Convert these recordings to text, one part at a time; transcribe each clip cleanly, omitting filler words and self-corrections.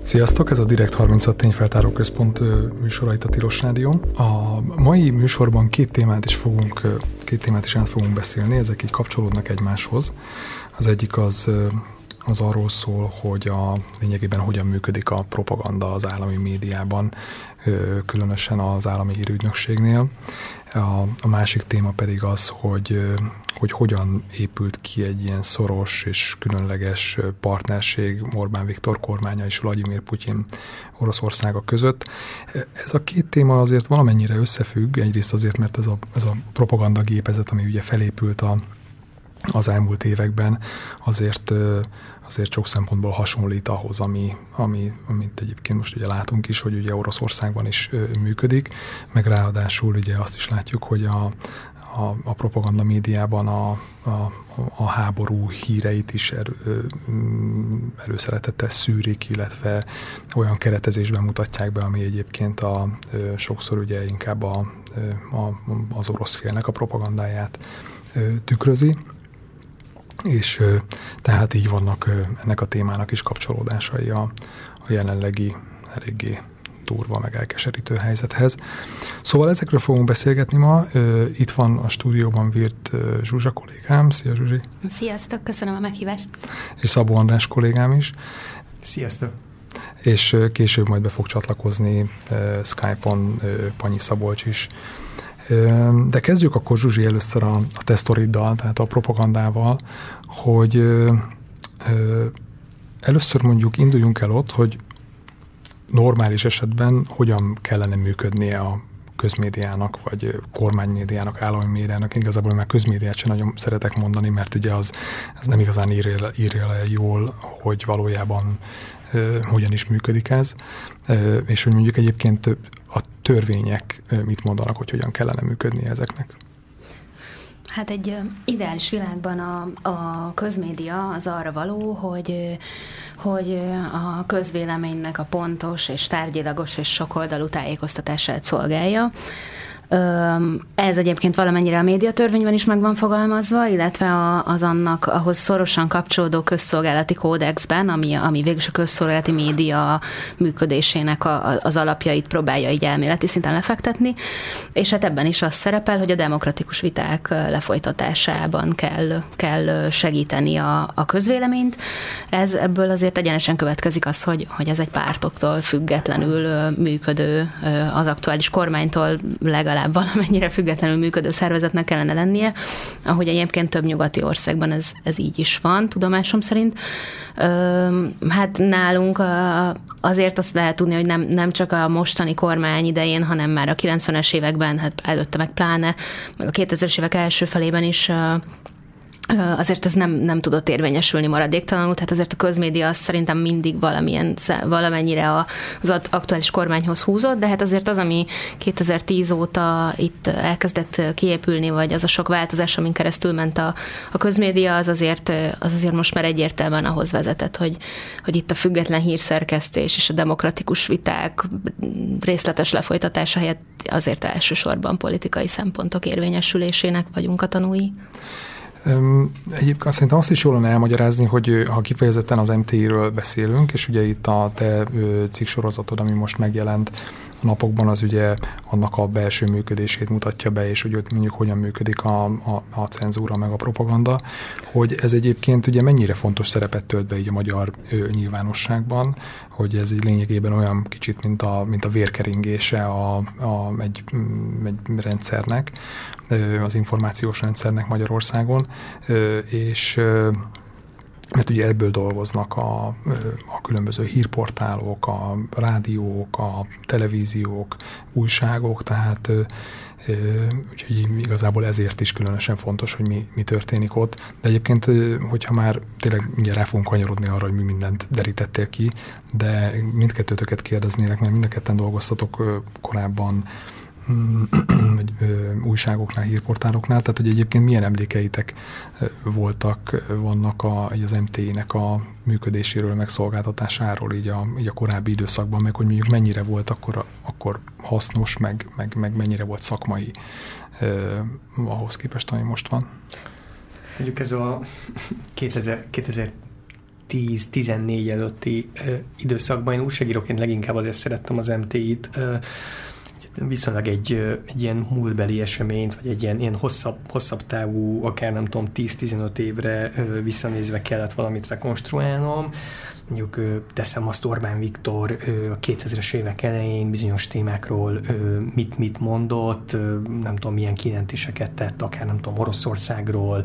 Sziasztok, ez a Direkt 36 Tényfeltáró Központ műsora itt a Tilos Rádión. A mai műsorban két témát is át fogunk beszélni, ezek így kapcsolódnak egymáshoz. Az egyik az arról szól, hogy lényegében hogyan működik a propaganda az állami médiában, különösen az állami hírügynökségnél. A másik téma pedig az, hogy hogyan épült ki egy ilyen szoros és különleges partnerség Orbán Viktor kormánya és Vladimir Putyin Oroszországa között. Ez a két téma azért valamennyire összefügg, egyrészt azért, mert ez a propagandagépezet, ami ugye felépült az elmúlt években, azért sok szempontból hasonlít ahhoz, amit egyébként most ugye látunk is, hogy ugye Oroszországban is működik, meg ráadásul ugye azt is látjuk, hogy a propaganda médiában a háború híreit is előszeretettel szűrik, illetve olyan keretezésben mutatják be, ami egyébként sokszor ugye inkább az orosz félnek a propagandáját tükrözi. És tehát így vannak ennek a témának is kapcsolódásai a jelenlegi eléggé durva, meg elkeserítő helyzethez. Szóval ezekről fogunk beszélgetni ma. Itt van a stúdióban Virt Zsuzsa kollégám. Szia, Zsuzsi! Sziasztok, köszönöm a meghívást! És Szabó András kollégám is. Sziasztok! És később majd be fog csatlakozni Skype-on Panyi Szabolcs is. De kezdjük akkor, Zsuzsi, először a te sztoriddal, tehát a propagandával, hogy először mondjuk induljunk el ott, hogy normális esetben hogyan kellene működnie a közmédiának, vagy kormánymédiának, állami médiának. Igazából már közmédiát sem nagyon szeretek mondani, mert ugye az nem igazán írja le jól, hogy valójában hogyan is működik ez, és hogy mondjuk egyébként a törvények mit mondanak, hogy hogyan kellene működni ezeknek. Hát egy ideális világban a közmédia az arra való, hogy a közvéleménynek a pontos és tárgyilagos és sokoldalú tájékoztatását szolgálja. Ez egyébként valamennyire a médiatörvényben is meg van fogalmazva, illetve az annak ahhoz szorosan kapcsolódó közszolgálati kódexben, ami végülis a közszolgálati média működésének az alapjait próbálja így elméleti szinten lefektetni, és hát ebben is az szerepel, hogy a demokratikus viták lefolytatásában kell segíteni a közvéleményt. Ebből azért egyenesen következik az, hogy ez egy pártoktól függetlenül működő, az aktuális kormánytól legalább valamennyire függetlenül működő szervezetnek kellene lennie, ahogy egyébként több nyugati országban ez így is van, tudomásom szerint. Hát nálunk azért azt lehet tudni, hogy nem csak a mostani kormány idején, hanem már a 90-es években, hát előtte meg pláne, meg a 2000-es évek első felében is azért ez nem tudott érvényesülni maradéktalanul, tehát azért a közmédia az szerintem mindig valamennyire az aktuális kormányhoz húzott, de hát azért az, ami 2010 óta itt elkezdett kiépülni, vagy az a sok változás, amin keresztül ment a közmédia, az azért most már egyértelműen ahhoz vezetett, hogy itt a független hírszerkesztés és a demokratikus viták részletes lefolytatása helyett azért elsősorban politikai szempontok érvényesülésének vagyunk a tanúi. Egyébként szerintem azt is jól lenne elmagyarázni, hogy ha kifejezetten az MTI-ről beszélünk, és ugye itt a te cikksorozatod, ami most megjelent a napokban, az ugye annak a belső működését mutatja be, és hogy mondjuk hogyan működik a cenzúra meg a propaganda, hogy ez egyébként ugye mennyire fontos szerepet tölt be így a magyar nyilvánosságban, hogy ez így lényegében olyan kicsit, mint a vérkeringése egy rendszernek, az információs rendszernek Magyarországon, és mert ugye ebből dolgoznak a különböző hírportálok, a rádiók, a televíziók, újságok, tehát úgyhogy igazából ezért is különösen fontos, hogy mi történik ott. De egyébként, hogyha már tényleg mindjárt rá fogunk kanyarodni arra, hogy mi mindent derítettél ki, de mindkettőtöket kérdeznélek, mert mind a ketten dolgoztatok korábban vagy újságoknál, hírportáloknál, tehát hogy egyébként milyen emlékeitek vannak az MTI-nek a működéséről, meg szolgáltatásáról így a korábbi időszakban, meg hogy mondjuk mennyire volt akkor hasznos, meg mennyire volt szakmai ahhoz képest, ami most van. Mondjuk ez a 2010 2010-14 előtti időszakban. Én újságíróként leginkább azért szerettem az MTI-t, viszonylag egy ilyen múltbeli eseményt, vagy egy ilyen hosszabb távú, akár nem tudom, 10-15 évre visszanézve kellett valamit rekonstruálnom. Mondjuk teszem azt, Orbán Viktor a 2000-es évek elején bizonyos témákról mit mondott, nem tudom, milyen kijelentéseket tett, akár nem tudom, Oroszországról,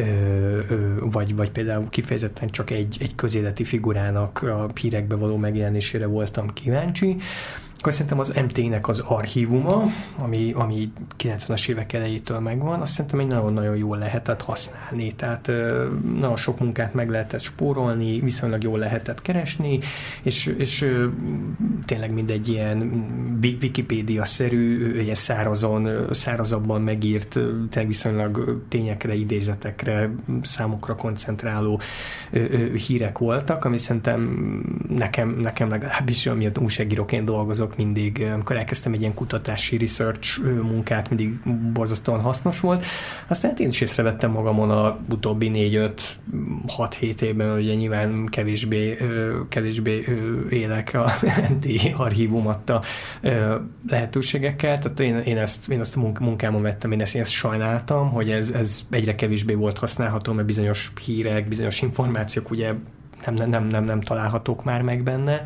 vagy például kifejezetten csak egy közéleti figurának a hírekbe való megjelenésére voltam kíváncsi. Akkor szerintem az MT-nek az archívuma, ami 90-es évek elejétől megvan, azt szerintem egy nagyon-nagyon jól lehetett használni. Tehát nagyon sok munkát meg lehetett spórolni, viszonylag jól lehetett keresni, és tényleg mindegy ilyen Wikipédia-szerű, ilyen szárazabban megírt, tényleg viszonylag tényekre, idézetekre, számokra koncentráló hírek voltak, ami szerintem nekem legalábbis, amiatt újságíróként dolgozok, mindig, amikor elkezdtem egy ilyen kutatási research munkát, mindig borzasztóan hasznos volt. Aztán én is észrevettem magamon a utóbbi 4-5-6-7 évben, ugye nyilván kevésbé élek a MT archívum adta lehetőségekkel, tehát én ezt a munkámon vettem, én ezt sajnáltam, hogy ez egyre kevésbé volt használható, mert bizonyos hírek, bizonyos információk ugye nem találhatók már meg benne.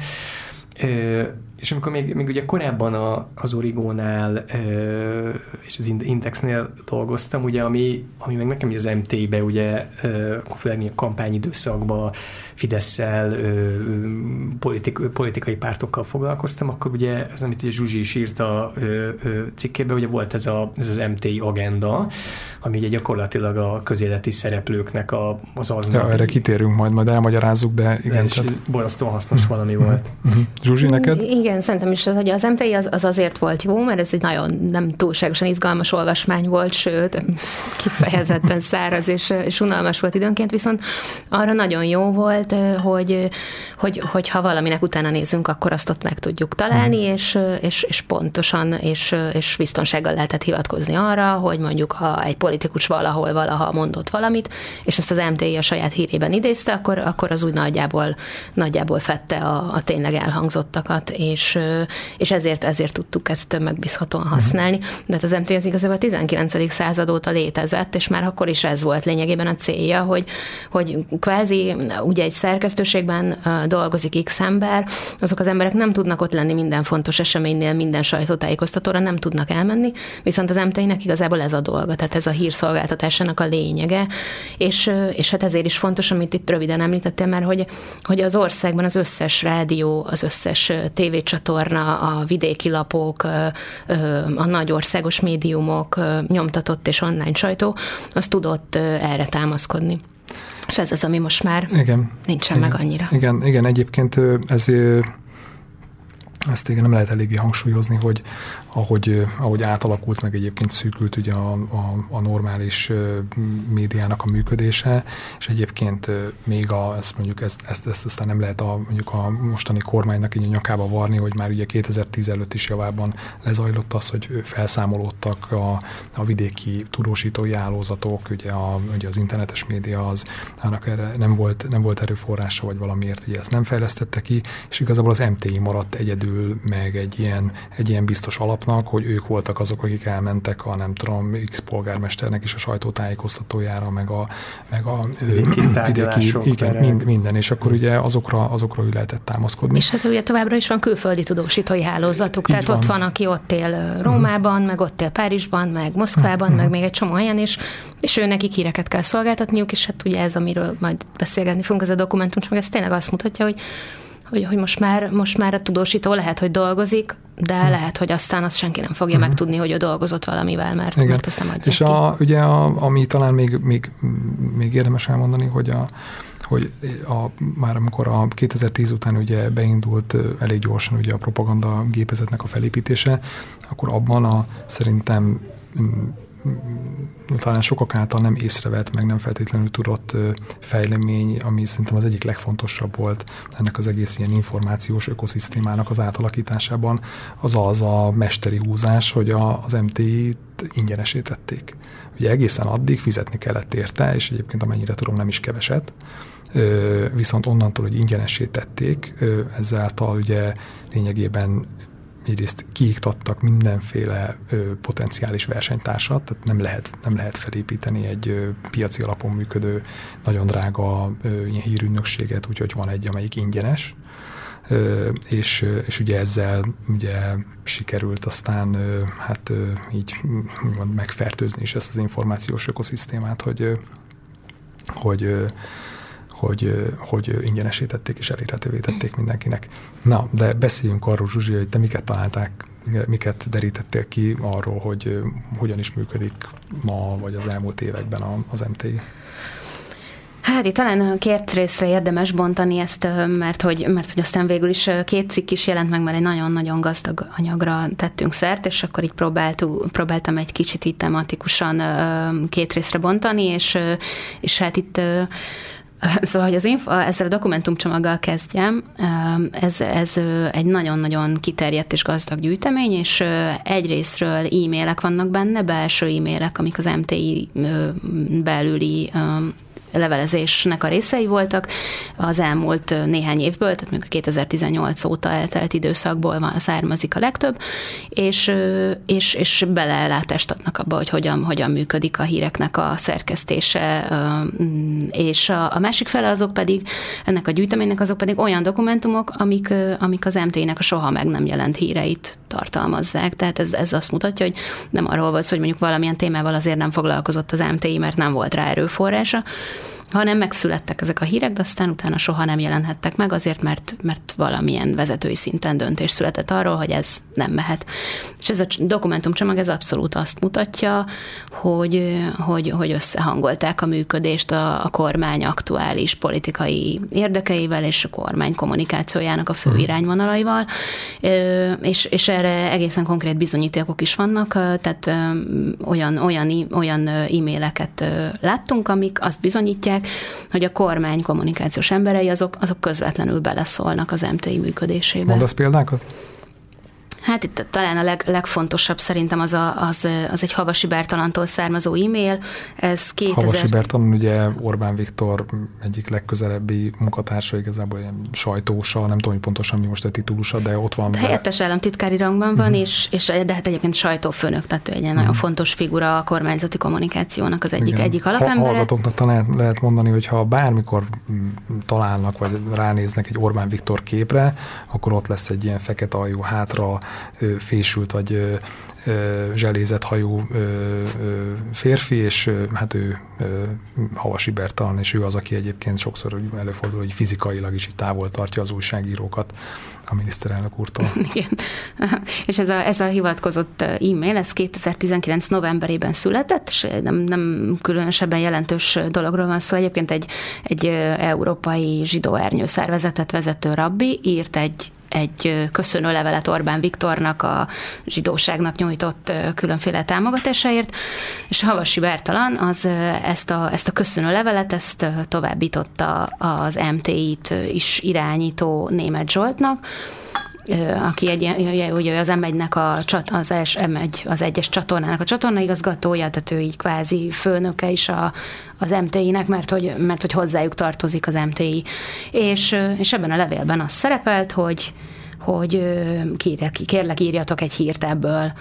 És amikor még ugye korábban az Origónál és az Indexnél dolgoztam, ugye, ami meg nekem az MT-be, ugye, főleg a kampányidőszakban Fidesszel, politikai pártokkal foglalkoztam, akkor ugye ez, amit ugye Zsuzsi is írt a cikkében, ugye volt ez az MT agenda, ami ugye gyakorlatilag a közéleti szereplőknek az aznap. Ja, erre kitérünk majd elmagyarázzuk, de igen. És borzasztóan hasznos valami volt. Zsuzsi, neked? Igen, szerintem is, hogy az MTI az azért volt jó, mert ez egy nagyon nem túlságosan izgalmas olvasmány volt, sőt, kifejezetten száraz és unalmas volt időnként, viszont arra nagyon jó volt, hogy ha valaminek utána nézünk, akkor azt ott meg tudjuk találni, és pontosan és biztonsággal lehetett hivatkozni arra, hogy mondjuk ha egy politikus valaha mondott valamit, és ezt az MTI a saját hírében idézte, akkor az úgy nagyjából fedte a tényleg elhangzottakat, és ezért tudtuk ezt megbízhatóan használni. De hát az MT az igazából a 19. század óta létezett, és már akkor is ez volt lényegében a célja, hogy kvázi ugye egy szerkesztőségben dolgozik X ember, azok az emberek nem tudnak ott lenni minden fontos eseménynél, minden sajtótájékoztatóra nem tudnak elmenni, viszont az MT-nek igazából ez a dolga, tehát ez a hírszolgáltatásának a lényege, és hát ezért is fontos, amit itt röviden említettél már, hogy az országban az összes rádió, az összes tévécsatorna, a vidéki lapok, a nagy országos médiumok, nyomtatott és online sajtó, az tudott erre támaszkodni. És ez az, ami most már nincsen meg annyira. Igen, egyébként ezt igen nem lehet eléggé hangsúlyozni, hogy ahogy átalakult, meg egyébként szűkült ugye a normális médiának a működése, és egyébként még ezt aztán nem lehet mondjuk a mostani kormánynak így a nyakába varni, hogy már ugye 2010 előtt is javában lezajlott az, hogy felszámolódtak a vidéki tudósítói hálózatok, ugye az internetes média annak erre nem volt erőforrása, vagy valamiért ugye ezt nem fejlesztette ki, és igazából az MTI maradt egyedül meg egy ilyen biztos alapnak, hogy ők voltak azok, akik elmentek a nem tudom, X polgármesternek is a sajtótájékoztatójára, meg a vidéki igen, minden, és akkor ugye azokra úgy lehetett támaszkodni. És hát ugye továbbra is van külföldi tudósítói hálózatuk, tehát ott van, aki ott él Rómában, meg ott él Párizsban, meg Moszkvában, meg még egy csomó olyan is, és ő nekik híreket kell szolgáltatniuk, és hát ugye ez, amiről majd beszélgetni fogunk, ez a dokumentum, csak ez tényleg azt mutatja, hogy most már a tudósító lehet, hogy dolgozik, de lehet, hogy aztán azt senki nem fogja megtudni, hogy ő dolgozott valamivel, mert ezt nem adják és ki. Ugye ami talán még érdemes elmondani, hogy már amikor a 2010 után ugye beindult elég gyorsan ugye a propaganda gépezetnek a felépítése, akkor abban szerintem talán sokak által nem észrevett, meg nem feltétlenül tudott fejlemény, ami szerintem az egyik legfontosabb volt ennek az egész ilyen információs ökoszisztémának az átalakításában, az a mesteri húzás, hogy az MTI-t híreket ingyenesítették. Ugye egészen addig fizetni kellett érte, és egyébként amennyire tudom, nem is keveset, viszont onnantól, hogy ingyenesítették, ezáltal ugye lényegében egyrészt kiiktattak mindenféle potenciális versenytársat, tehát nem lehet felépíteni egy piaci alapon működő, nagyon drága ilyen hírügynökséget, úgyhogy van egy, amelyik ingyenes, és ugye ezzel ugye sikerült aztán így megfertőzni is ezt az információs ökoszisztémát, hogy ingyenesítették és elérhetővé tették mindenkinek. Na, de beszéljünk arról, Zsuzsi, hogy te miket derítettél ki arról, hogy hogyan is működik ma, vagy az elmúlt években az MTI? Hát itt talán két részre érdemes bontani ezt, mert hogy aztán végül is 2 cikk is jelent meg, mert egy nagyon-nagyon gazdag anyagra tettünk szert, és akkor így próbáltam egy kicsit így tematikusan 2 részre bontani, és hát itt szóval, hogy ezzel a dokumentumcsomaggal kezdjem, ez egy nagyon-nagyon kiterjedt és gazdag gyűjtemény, és egyrészről e-mailek vannak benne, belső e-mailek, amik az MTI belüli levelezésnek a részei voltak az elmúlt néhány évből, tehát még a 2018 óta eltelt időszakból származik a legtöbb, és belelátást adnak abba, hogy hogyan működik a híreknek a szerkesztése, és a másik fele azok pedig, ennek a gyűjteménynek azok pedig olyan dokumentumok, amik az MTI-nek a soha meg nem jelent híreit tartalmazzák. Tehát ez azt mutatja, hogy nem arról volt szó, hogy mondjuk valamilyen témával azért nem foglalkozott az MTI, mert nem volt rá erőforrása, hanem megszülettek ezek a hírek, de aztán utána soha nem jelenhettek meg, azért, mert valamilyen vezetői szinten döntés született arról, hogy ez nem mehet. És ez a dokumentumcsomag ez abszolút azt mutatja, hogy összehangolták a működést a kormány aktuális politikai érdekeivel és a kormány kommunikációjának a fő irányvonalaival, és erre egészen konkrét bizonyítékok is vannak, tehát olyan e-maileket láttunk, amik azt bizonyítják, hogy a kormány kommunikációs emberei azok közvetlenül beleszólnak az MTI működésébe. Mondasz példákat? Hát itt talán a legfontosabb szerintem az egy Havasi Bertalantól származó e-mail. Havasi Bertalan ugye Orbán Viktor egyik legközelebbi munkatársa, igazából ilyen sajtósa, nem tudom, hogy pontosan mi most a titulusa, de ott van. Helyettes államtitkári rangban van, de hát egyébként sajtófőnök, tehát ő egy nagyon fontos figura a kormányzati kommunikációnak az egyik alapembere. Hallgatóknak talán lehet mondani, hogy ha bármikor találnak, vagy ránéznek egy Orbán Viktor képre, akkor ott lesz egy ilyen fekete hajú, hátra fésült vagy zselézett hajú férfi, és hát ő Havasi Bertalan, és ő az, aki egyébként sokszor előfordul, hogy fizikailag is így távol tartja az újságírókat a miniszterelnök úrtól. Igen. És ez a hivatkozott e-mail, ez 2019 novemberében született, és nem különösebben jelentős dologról van szó. Egyébként egy európai zsidó ernyőszervezetet vezető rabbi írt egy köszönőlevelet Orbán Viktornak a zsidóságnak nyújtott különféle támogatásáért, és Havasi Bertalan ezt a köszönőlevelet, ezt továbbította az MTI-t is irányító Németh Zsoltnak, aki ugye az M1-nek az egyes csatornának a csatornaigazgatója, tehát ő így kvázi főnöke is az MTI-nek, mert hogy hozzájuk tartozik az MTI. És ebben a levélben az szerepelt, hogy kérlek, írjatok egy hírt ebből.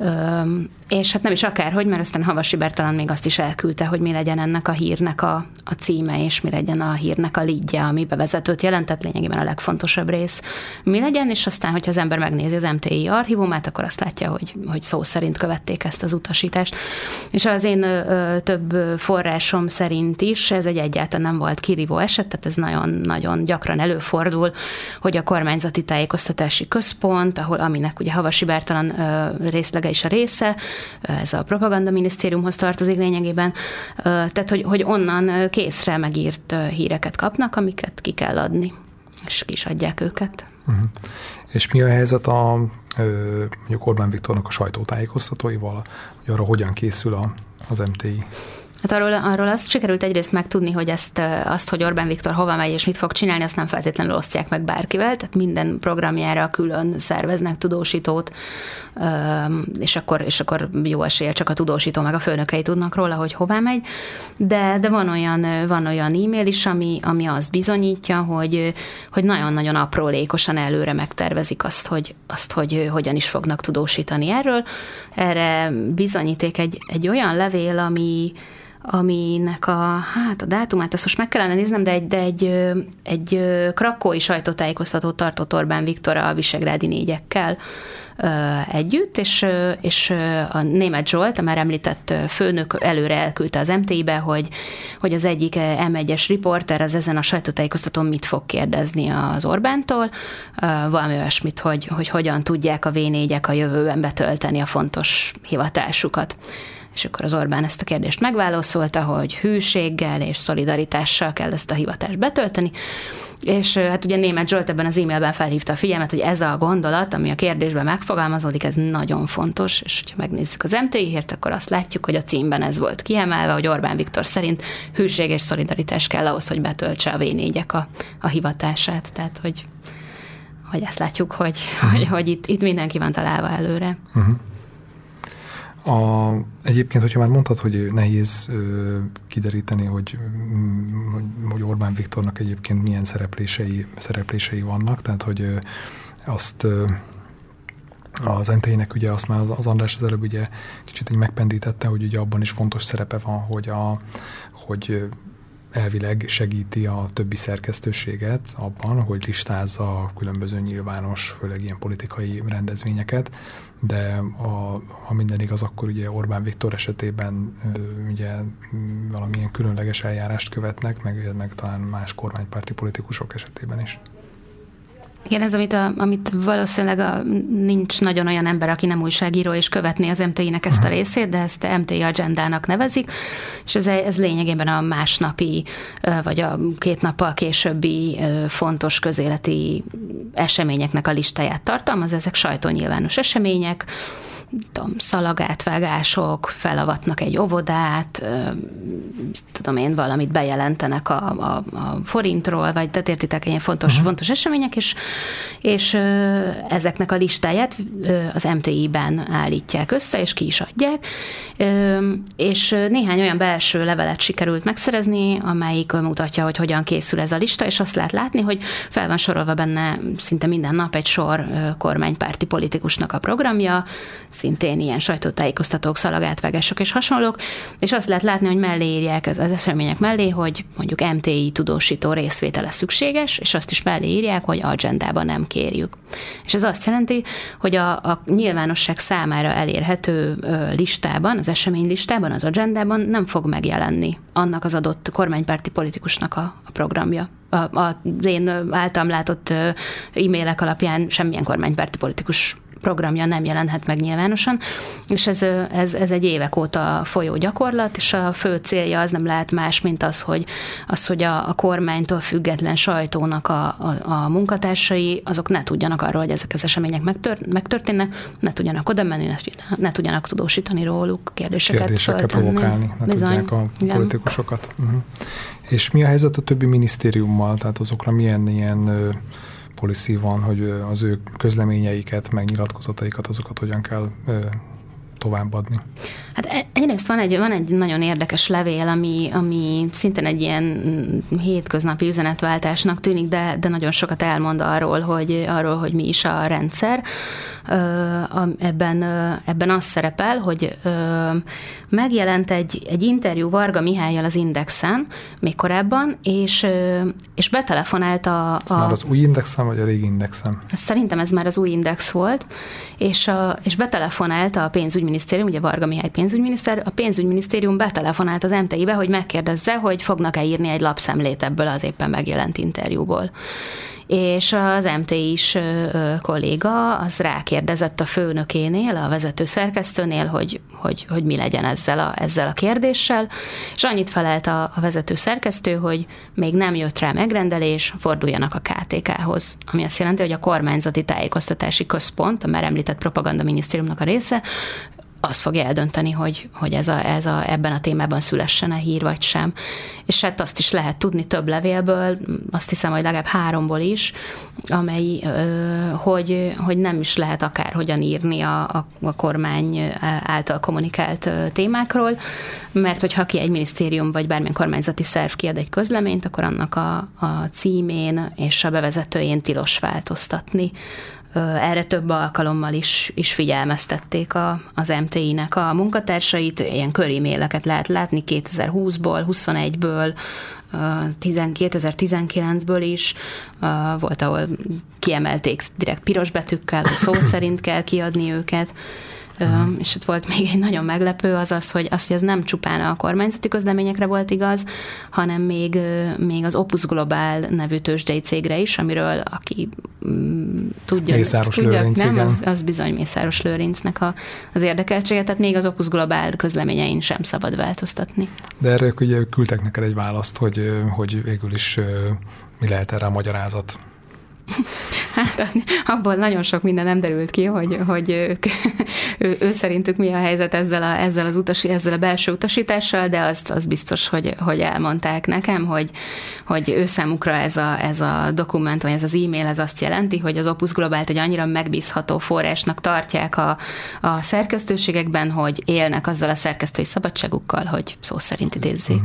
És hát nem is akárhogy, mert aztán Havasi Bertalan még azt is elküldte, hogy mi legyen ennek a hírnek a címe, és mi legyen a hírnek a leadje, ami bevezetőt jelentett, lényegében a legfontosabb rész. Mi legyen, és aztán, hogyha az ember megnézi az MTI archívumát, akkor azt látja, hogy szó szerint követték ezt az utasítást. És az én több forrásom szerint is ez egyáltalán nem volt kirívó eset, tehát ez nagyon-nagyon gyakran előfordul, hogy a kormányzati tájékoztatási központ, aminek ugye Havasi Bertalan részlege is a része, ez a propagandaminisztériumhoz tartozik lényegében, tehát hogy onnan készre megírt híreket kapnak, amiket ki kell adni, és ki is adják őket. Uh-huh. És mi a helyzet mondjuk Orbán Viktornak a sajtótájékoztatóival, hogy arra hogyan készül az MTI? Hát arról azt sikerült egyrészt megtudni, hogy azt, hogy Orbán Viktor hova megy és mit fog csinálni, azt nem feltétlenül osztják meg bárkivel, tehát minden programjára külön szerveznek tudósítót, és akkor jó eséllyel csak a tudósító meg a főnökei tudnak róla, hogy hová megy, de van olyan e-mail is, ami azt bizonyítja, hogy nagyon-nagyon aprólékosan előre megtervezik azt, hogy hogyan is fognak tudósítani erről. Erre bizonyíték egy olyan levél, aminek a dátumát, azt most meg kellene néznem, de egy krakói sajtótájékoztatót tartott Orbán Viktor a visegrádi négyekkel együtt, és a Németh Zsolt, a már említett főnök előre elküldte az MTI-be, hogy az egyik M1-es riporter az ezen a sajtótájékoztatón mit fog kérdezni az Orbántól, valami olyasmit, hogy hogyan tudják a V4-ek a jövőben betölteni a fontos hivatásukat. És akkor az Orbán ezt a kérdést megválaszolta, hogy hűséggel és szolidaritással kell ezt a hivatást betölteni, és hát ugye Németh Zsolt ebben az e-mailben felhívta a figyelmet, hogy ez a gondolat, ami a kérdésben megfogalmazódik, ez nagyon fontos, és hogyha megnézzük az MTI hírt, akkor azt látjuk, hogy a címben ez volt kiemelve, hogy Orbán Viktor szerint hűség és szolidaritás kell ahhoz, hogy betöltse a V4-ek a hivatását. Tehát, hogy ezt látjuk, hogy itt mindenki van találva előre. Egyébként, hogyha már mondtad, hogy nehéz kideríteni, hogy Orbán Viktornak egyébként milyen szereplései vannak, tehát hogy azt az NTI-nek ugye azt már az András az előbb ugye kicsit így megpendítette, hogy ugye abban is fontos szerepe van, hogy elvileg segíti a többi szerkesztőséget abban, hogy listázza a különböző nyilvános, főleg ilyen politikai rendezvényeket, de ha minden igaz, akkor ugye Orbán Viktor esetében ugye valamilyen különleges eljárást követnek, meg talán más kormánypárti politikusok esetében is. Igen, ez, amit valószínűleg nincs nagyon olyan ember, aki nem újságíró, és követné az MTI-nek ezt a részét, de ezt MTI agendának nevezik, és ez lényegében a másnapi, vagy a 2 nappal későbbi fontos közéleti eseményeknek a listáját tartalmaz. Ezek sajtónyilvános események, szalagátvágások, felavatnak egy óvodát, tudom én, valamit bejelentenek a forintról, vagy tehát értitek, ilyen fontos események, és ezeknek a listáját az MTI-ben állítják össze, és ki is adják, és néhány olyan belső levelet sikerült megszerezni, amelyik mutatja, hogy hogyan készül ez a lista, és azt lehet látni, hogy fel van sorolva benne szinte minden nap egy sor kormánypárti politikusnak a programja, szintén ilyen sajtótájékoztatók, szalagátvágások és hasonlók, és azt lehet látni, hogy mellé írják az események mellé, hogy mondjuk MTI tudósító részvétele szükséges, és azt is mellé írják, hogy agendában nem kérjük. És ez azt jelenti, hogy a nyilvánosság számára elérhető listában, az eseménylistában, az agendában nem fog megjelenni annak az adott kormánypárti politikusnak a programja. Az én általam látott e-mailek alapján semmilyen kormánypárti politikus programja nem jelenhet meg nyilvánosan, és ez egy évek óta folyó gyakorlat, és a fő célja az nem lehet más, mint az, hogy a kormánytól független sajtónak a munkatársai, azok ne tudjanak arról, hogy ezek az események megtörténnek, ne tudjanak oda menni, ne tudjanak tudósítani róluk, kérdéseket provokálni, ne tudják a politikusokat. És mi a helyzet a többi minisztériummal? Tehát azokra milyen ilyen policy van, hogy az ő közleményeiket, meg nyilatkozataikat, azokat hogyan kell továbbadni? Hát egyrészt van egy nagyon érdekes levél, ami szintén egy ilyen hétköznapi üzenetváltásnak tűnik, de nagyon sokat elmond arról, hogy mi is a rendszer. Ebben az szerepel, hogy megjelent egy interjú Varga Mihállyal az Indexen még korábban, és betelefonált Ez már az új Indexen, vagy a régi Indexen? Szerintem ez már az új Index volt, és betelefonált a pénzügyminisztérium, ugye Varga Mihály pénzügyminiszter, a pénzügyminisztérium betelefonált az MTI-be, hogy megkérdezze, hogy fognak-e írni egy lapszemlét ebből az éppen megjelent interjúból. És az MTI-s kolléga az rákérdezett a főnökénél, a vezető szerkesztőnél, hogy mi legyen ezzel a kérdéssel, és annyit felelt a vezető szerkesztő, hogy még nem jött rá megrendelés, forduljanak a KTK-hoz, ami azt jelenti, hogy a kormányzati tájékoztatási központ, a már említett propagandaminisztériumnak a része, az fogja eldönteni, hogy ebben a témában szülessen-e hír, vagy sem. És hát azt is lehet tudni több levélből, azt hiszem, hogy legalább 3-ból is, amely, hogy nem is lehet akárhogyan írni a kormány által kommunikált témákról, mert hogyha ki egy minisztérium vagy bármilyen kormányzati szerv kiad egy közleményt, akkor annak a címén és a bevezetőjén tilos változtatni. Erre több alkalommal is figyelmeztették az MTI-nek a munkatársait, ilyen köríméleket lehet látni 2020-ból, 21-ből, 2019-ből is, volt, ahol kiemelték direkt piros betűkkel, hogy szó szerint kell kiadni őket. És ott volt még egy nagyon meglepő, hogy ez nem csupán a kormányzati közleményekre volt igaz, hanem még az Opus Global nevű tőzsdei cégre is, amiről aki tudja, az bizony Mészáros Lőrincnek az érdekeltsége, tehát még az Opus Global közleményein sem szabad változtatni. De erre ugye küldtek neked egy választ, hogy végül is mi lehet erre a magyarázat? Hát abból nagyon sok minden nem derült ki, hogy ő szerintük mi a helyzet ezzel a belső utasítással, de az biztos, hogy elmondták nekem, hogy ő számukra ez a dokumentum, ez az e-mail, ez azt jelenti, hogy az Opus Globált egy annyira megbízható forrásnak tartják a szerkesztőségekben, hogy élnek azzal a szerkesztői szabadságukkal, hogy szó szerint idézzék.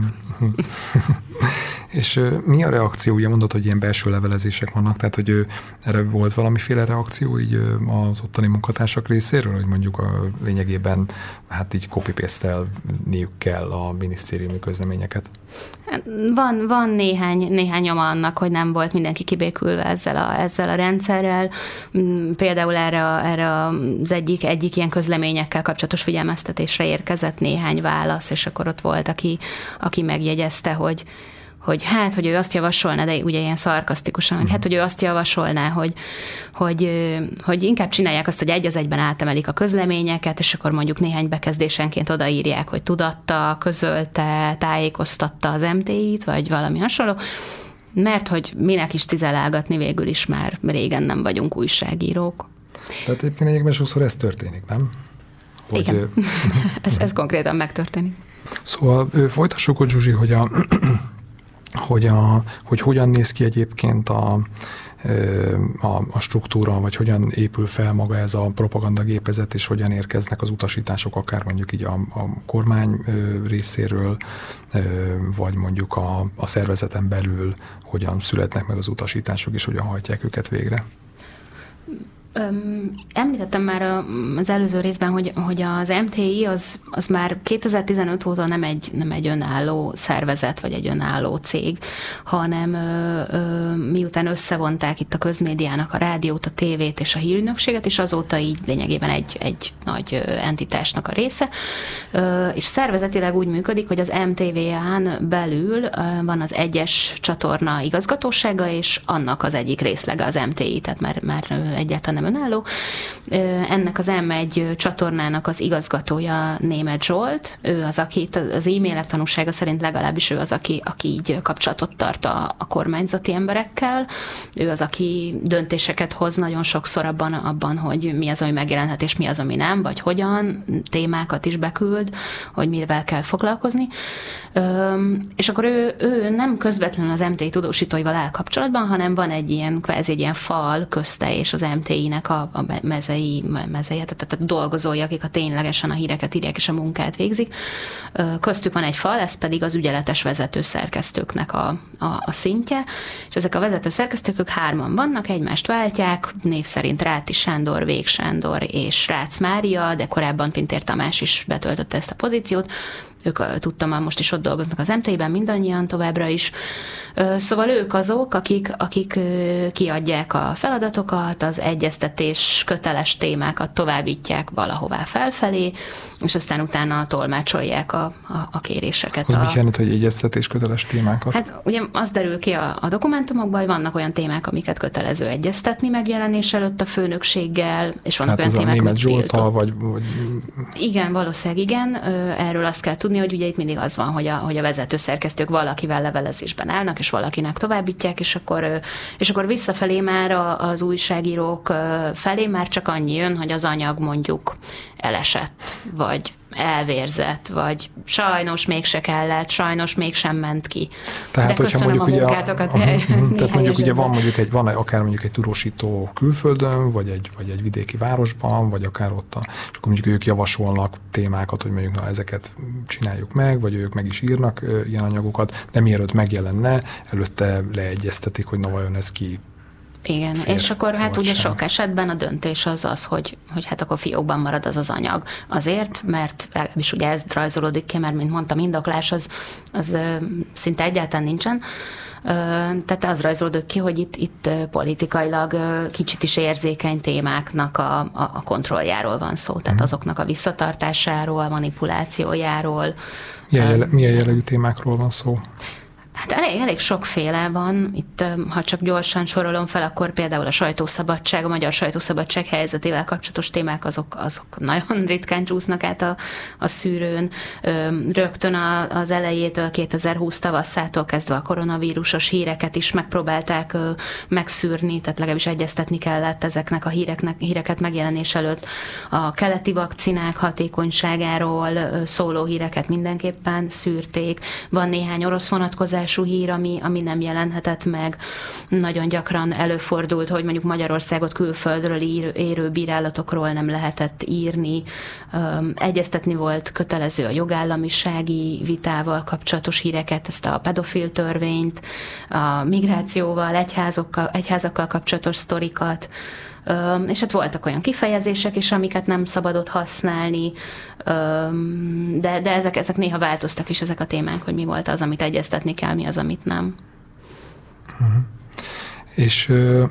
És mi a reakció? Ugye mondod, hogy ilyen belső levelezések vannak, tehát hogy erre volt valamiféle reakció így az ottani munkatársak részéről, hogy mondjuk lényegében hát így copy-paste-elniük kell a minisztériumi közleményeket? Van néhány nyoma annak, hogy nem volt mindenki kibékülve ezzel a rendszerrel. Például erre az egyik ilyen közleményekkel kapcsolatos figyelmeztetésre érkezett néhány válasz, és akkor ott volt, aki megjegyezte, hogy ő azt javasolná, de ugye ilyen szarkasztikusan, hogy ő azt javasolná, hogy inkább csinálják azt, hogy egy az egyben átemelik a közleményeket, és akkor mondjuk néhány bekezdésenként odaírják, hogy tudatta, közölte, tájékoztatta az MTI-t, vagy valami hasonló, mert hogy minek is cizelálgatni, végül is már régen nem vagyunk újságírók. Tehát egyébként egyébként sokszor ez történik, nem? Igen, ez konkrétan megtörténik. Szóval folytassuk ott, Zsuzsi, hogy hogyan néz ki egyébként a struktúra, vagy hogyan épül fel maga ez a propagandagépezet, és hogyan érkeznek az utasítások, akár mondjuk így a kormány részéről, vagy mondjuk a szervezeten belül, hogyan születnek meg az utasítások, és hogyan hajtják őket végre. Említettem már az előző részben, hogy az MTI az már 2015 óta nem egy önálló szervezet, vagy egy önálló cég, hanem miután összevonták itt a közmédiának a rádiót, a tévét és a hírügynökséget, és azóta így lényegében egy nagy entitásnak a része, és szervezetileg úgy működik, hogy az MTVA-n belül van az egyes csatorna igazgatósága, és annak az egyik részlege az MTI, tehát már egyáltalán nem önálló. Ennek az M1 csatornának az igazgatója Németh Zsolt, ő az, aki az e-mailek tanúsága szerint legalábbis ő az, aki így kapcsolatot tart a kormányzati emberekkel. Ő az, aki döntéseket hoz nagyon sokszor abban, hogy mi az, ami megjelenhet, és mi az, ami nem, vagy hogyan, témákat is beküld, hogy mivel kell foglalkozni. És akkor ő nem közvetlenül az MTI tudósítóival áll kapcsolatban, hanem van egy ilyen kvázi egy ilyen fal közte és az MTI-nek a mezei, tehát a dolgozói, akik ténylegesen a híreket írják és a munkát végzik. Köztük van egy fal, ez pedig az ügyeletes vezető szerkesztőknek a szintje, és ezek a vezető szerkesztők, ők 3 vannak, egymást váltják, név szerint Ráti Sándor, Vég Sándor és Rácz Mária, de korábban Pintér Tamás is betöltötte ezt a pozíciót. Ők tudtam, most is ott dolgoznak az MTI-ben, mindannyian továbbra is. Szóval ők azok, akik kiadják a feladatokat, az egyeztetés köteles témákat továbbítják valahová felfelé, és aztán utána tolmácsolják a kéréseket. Az mit jelent, hogy egyeztetés köteles témákat? Hát ugye az derül ki a dokumentumokban, hogy vannak olyan témák, amiket kötelező egyeztetni megjelenés előtt a főnökséggel, és vannak olyan témák, Németh Zsolttal, vagy... Igen, valószínűleg igen. Erről azt kell tudni, írni, hogy ugye itt mindig az van, hogy a vezető szerkesztők valakivel levelezésben állnak, és valakinek továbbítják, és akkor visszafelé már az újságírók felé már csak annyi jön, hogy az anyag mondjuk elesett, vagy elvérzett, vagy sajnos mégse kellett, sajnos mégsem ment ki. Tehát, de köszönöm a munkátokat. Tehát mondjuk ugye van akár mondjuk egy tudósító külföldön, vagy egy vidéki városban, vagy akár ott, és akkor mondjuk ők javasolnak témákat, hogy mondjuk ezeket csináljuk meg, vagy ők meg is írnak ilyen anyagokat, de mielőtt megjelenne, előtte leegyeztetik, hogy na vajon ez ki. Igen, és akkor hát ugye sok esetben a döntés az, hogy hát akkor fiókban marad az anyag. Azért, mert legalábbis ugye ez rajzolódik ki, mert mint mondtam, indoklás az szinte egyáltalán nincsen. Tehát az rajzolódik ki, hogy itt politikailag kicsit is érzékeny témáknak a kontrolljáról van szó, tehát azoknak a visszatartásáról, manipulációjáról. Milyen jellegű témákról van szó? Hát elég sokféle van. Itt, ha csak gyorsan sorolom fel, akkor például a sajtószabadság, a magyar sajtószabadság helyzetével kapcsolatos témák, azok nagyon ritkán csúsznak át a szűrőn. Rögtön az elejétől, 2020 tavaszától kezdve a koronavírusos híreket is megpróbálták megszűrni, tehát legalábbis egyeztetni kellett ezeknek a híreket megjelenés előtt. A keleti vakcinák hatékonyságáról szóló híreket mindenképpen szűrték. Van néhány orosz vonatkozás hír, ami nem jelenhetett meg. Nagyon gyakran előfordult, hogy mondjuk Magyarországot külföldről érő bírálatokról nem lehetett írni. Egyeztetni volt kötelező a jogállamisági vitával kapcsolatos híreket, ezt a pedofil törvényt, a migrációval, egyházakkal kapcsolatos sztorikat, és hát voltak olyan kifejezések is, amiket nem szabadott használni, de ezek néha változtak is, ezek a témák, hogy mi volt az, amit egyeztetni kell, mi az, amit nem. És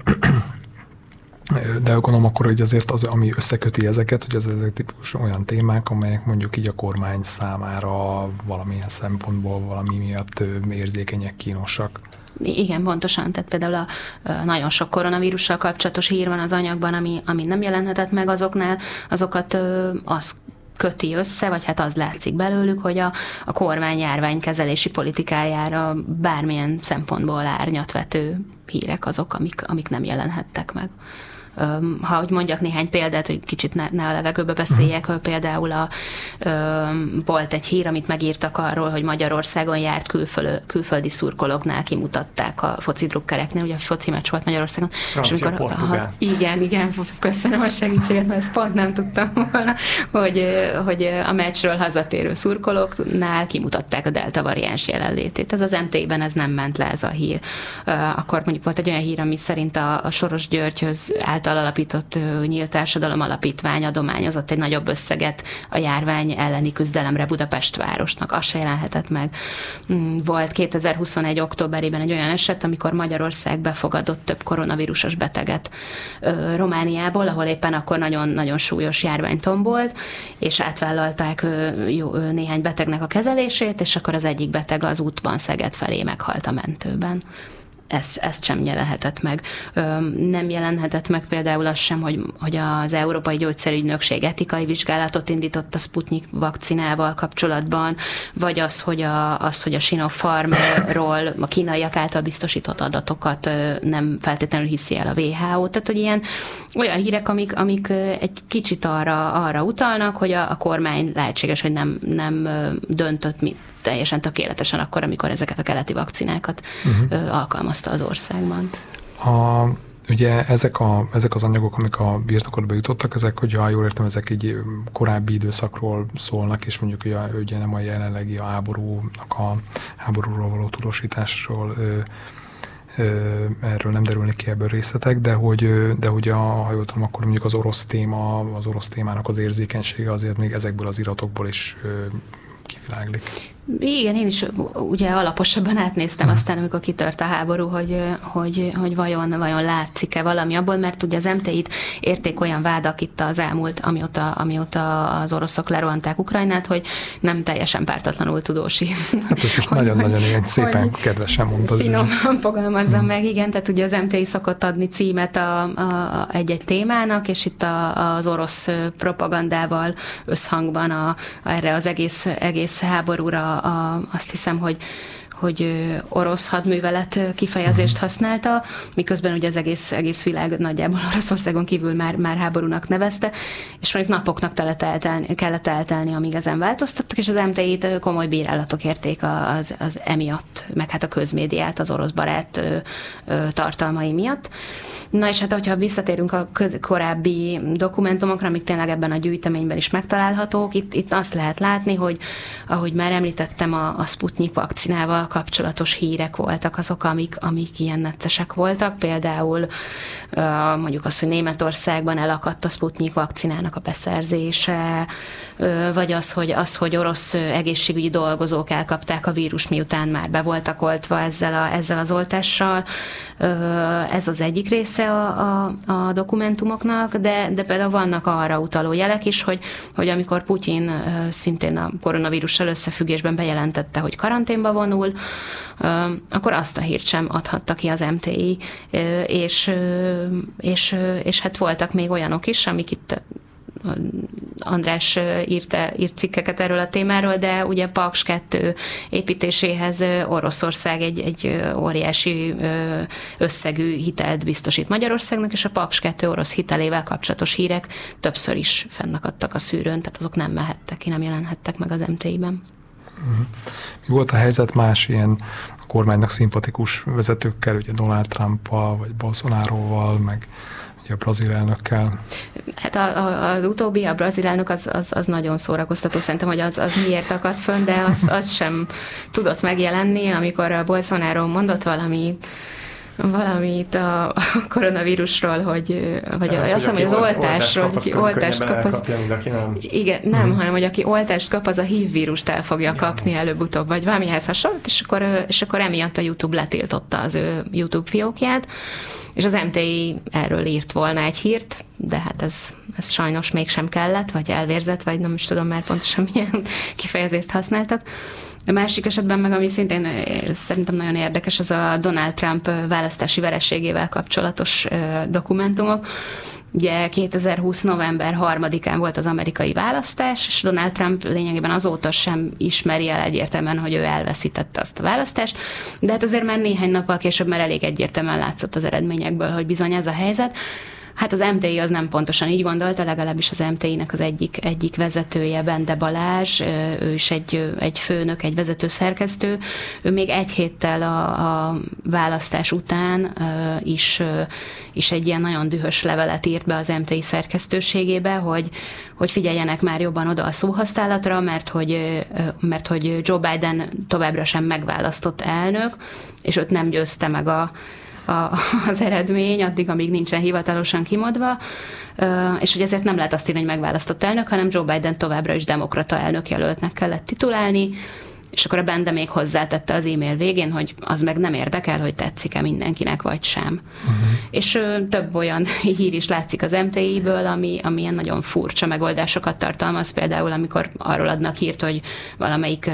de gondolom akkor, hogy azért az, ami összeköti ezeket, hogy ezek tipikus olyan témák, amelyek mondjuk így a kormány számára valamilyen szempontból valami miatt érzékenyek, kínosak. Igen, pontosan. Tehát például nagyon sok koronavírussal kapcsolatos hír van az anyagban, ami nem jelenhetett meg azoknál, azokat az köti össze, vagy hát az látszik belőlük, hogy a kormány járványkezelési politikájára bármilyen szempontból árnyatvető hírek azok, amik nem jelenhettek meg. Ha úgy mondjak néhány példát, hogy kicsit ne a levegőbe beszéljek, hogy például volt egy hír, amit megírtak arról, hogy Magyarországon járt külföldi szurkolóknál, kimutatták a foci drukkereknél, ugye a foci meccs volt Magyarországon. Francia-Portugál. Igen, köszönöm a segítséget, mert ezt pont nem tudtam volna, hogy a meccsről hazatérő szurkolóknál kimutatták a delta variáns jelenlétét. Ez az MT-ben ez nem ment le, ez a hír. Akkor mondjuk volt egy olyan hír, ami szerint a Soros Györgyhöz által alapított Nyílt Társadalom Alapítvány adományozott egy nagyobb összeget a járvány elleni küzdelemre Budapest városnak. Az se jelenhetett meg. Volt 2021. októberében egy olyan eset, amikor Magyarország befogadott több koronavírusos beteget Romániából, ahol éppen akkor nagyon-nagyon súlyos járvány tombolt, és átvállalták néhány betegnek a kezelését, és akkor az egyik beteg az útban Szeged felé meghalt a mentőben. Ezt sem jelenhetett meg. Nem jelenhetett meg például az sem, hogy az Európai Gyógyszerügynökség etikai vizsgálatot indított a Sputnik vakcinával kapcsolatban, vagy az, hogy a Sinopharmról a kínaiak által biztosított adatokat nem feltétlenül hiszi el a WHO. Tehát, hogy olyan hírek, amik egy kicsit arra utalnak, hogy a kormány lehetséges, hogy nem döntött teljesen tökéletesen akkor, amikor ezeket a keleti vakcinákat alkalmazta az országban. Ugye ezek az anyagok, amik a birtokodba jutottak, ezek, hogyha jól értem, ezek egy korábbi időszakról szólnak, és mondjuk ugye nem a jelenlegi háborúról való tudósításról erről nem derülnek ki ebből részletek, de hogy ha jól tudom, akkor mondjuk az orosz témának az érzékenysége azért még ezekből az iratokból is kiviláglik. Igen, én is ugye alaposabban átnéztem aztán, amikor kitört a háború, hogy vajon látszik-e valami abból, mert ugye az MTI-t érték olyan vádak itt az elmúlt, amióta az oroszok lerohanták Ukrajnát, hogy nem teljesen pártatlanul tudósít. Hát ez most nagyon-nagyon ilyen szépen kedvesen mondtad. Finoman fogalmazzam meg, igen, tehát ugye az MTI szokott adni címet egy-egy témának, és itt az orosz propagandával összhangban erre az egész háborúra azt hiszem, hogy orosz hadművelet kifejezést használta, miközben ugye az egész világ nagyjából Oroszországon kívül már háborúnak nevezte, és mondjuk napoknak kellett eltelni, amíg ezen változtattak, és az MTI-t komoly bírálatok érték az emiatt, meg hát a közmédiát az orosz barát tartalmai miatt. Na és hát, hogyha visszatérünk a korábbi dokumentumokra, amik tényleg ebben a gyűjteményben is megtalálhatók, itt azt lehet látni, hogy ahogy már említettem, a Sputnik vakcinával kapcsolatos hírek voltak azok, amik ilyen neccesek voltak. Például mondjuk az, hogy Németországban elakadt a Sputnik vakcinának a beszerzése, vagy az, hogy orosz egészségügyi dolgozók elkapták a vírus, miután már be voltak oltva ezzel az oltással. Ez az egyik része a dokumentumoknak, de például vannak arra utaló jelek is, hogy amikor Putyin szintén a koronavírussal összefüggésben bejelentette, hogy karanténba vonul, akkor azt a hírt sem adhatta ki az MTI, és hát voltak még olyanok is, amik itt András írt cikkeket erről a témáról, de ugye Paks 2 építéséhez Oroszország egy óriási összegű hitelt biztosít Magyarországnak, és a Paks 2 orosz hitelével kapcsolatos hírek többször is fennakadtak a szűrőn, tehát azok nem mehettek ki, nem jelenhettek meg az MTI-ben. Mi volt a helyzet más ilyen kormánynak szimpatikus vezetőkkel, ugye Donald Trumpal, vagy Bolsonaroval, meg a brazil elnökkel? Hát az utóbbi, a brazil elnök az nagyon szórakoztató, szerintem, hogy az miért akadt fönn, de az sem tudott megjelenni, amikor a Bolsonaro mondott valamit a koronavírusról, vagy azt hiszem, hogy az oltásról, hogy oltást kap, az... Igen, nem, hanem, hogy aki oltást kap, az a HIV vírust el fogja kapni előbb-utóbb, vagy valamihez hasonlót, és akkor emiatt a YouTube letiltotta az ő YouTube fiókját, és az MTI erről írt volna egy hírt, de hát ez sajnos mégsem kellett, vagy elvérzett, vagy nem is tudom már pontosan milyen kifejezést használtak. A másik esetben meg, ami szintén szerintem nagyon érdekes, az a Donald Trump választási vereségével kapcsolatos dokumentumok. Ugye 2020. november 3-án volt az amerikai választás, és Donald Trump lényegében azóta sem ismeri el egyértelműen, hogy ő elveszítette azt a választást, de hát azért már néhány nappal később már elég egyértelműen látszott az eredményekből, hogy bizony ez a helyzet. Hát az MTI az nem pontosan így gondolta, legalábbis az MTI-nek az egyik vezetője, Bende Balázs, ő is egy főnök, egy vezető szerkesztő. Ő még egy héttel a választás után is egy ilyen nagyon dühös levelet írt be az MTI szerkesztőségébe, hogy figyeljenek már jobban oda a szóhasználatra, mert hogy Joe Biden továbbra sem megválasztott elnök, és őt nem győzte meg az eredmény, addig, amíg nincsen hivatalosan kimondva, és hogy ezért nem lehet azt írni, hogy megválasztott elnök, hanem Joe Biden továbbra is demokrata elnökjelöltnek kellett titulálni, és akkor a Bende még hozzátette az e-mail végén, hogy az meg nem érdekel, hogy tetszik-e mindenkinek, vagy sem. És több olyan hír is látszik az MTI-ből, ami ilyen nagyon furcsa megoldásokat tartalmaz, például amikor arról adnak hírt, hogy valamelyik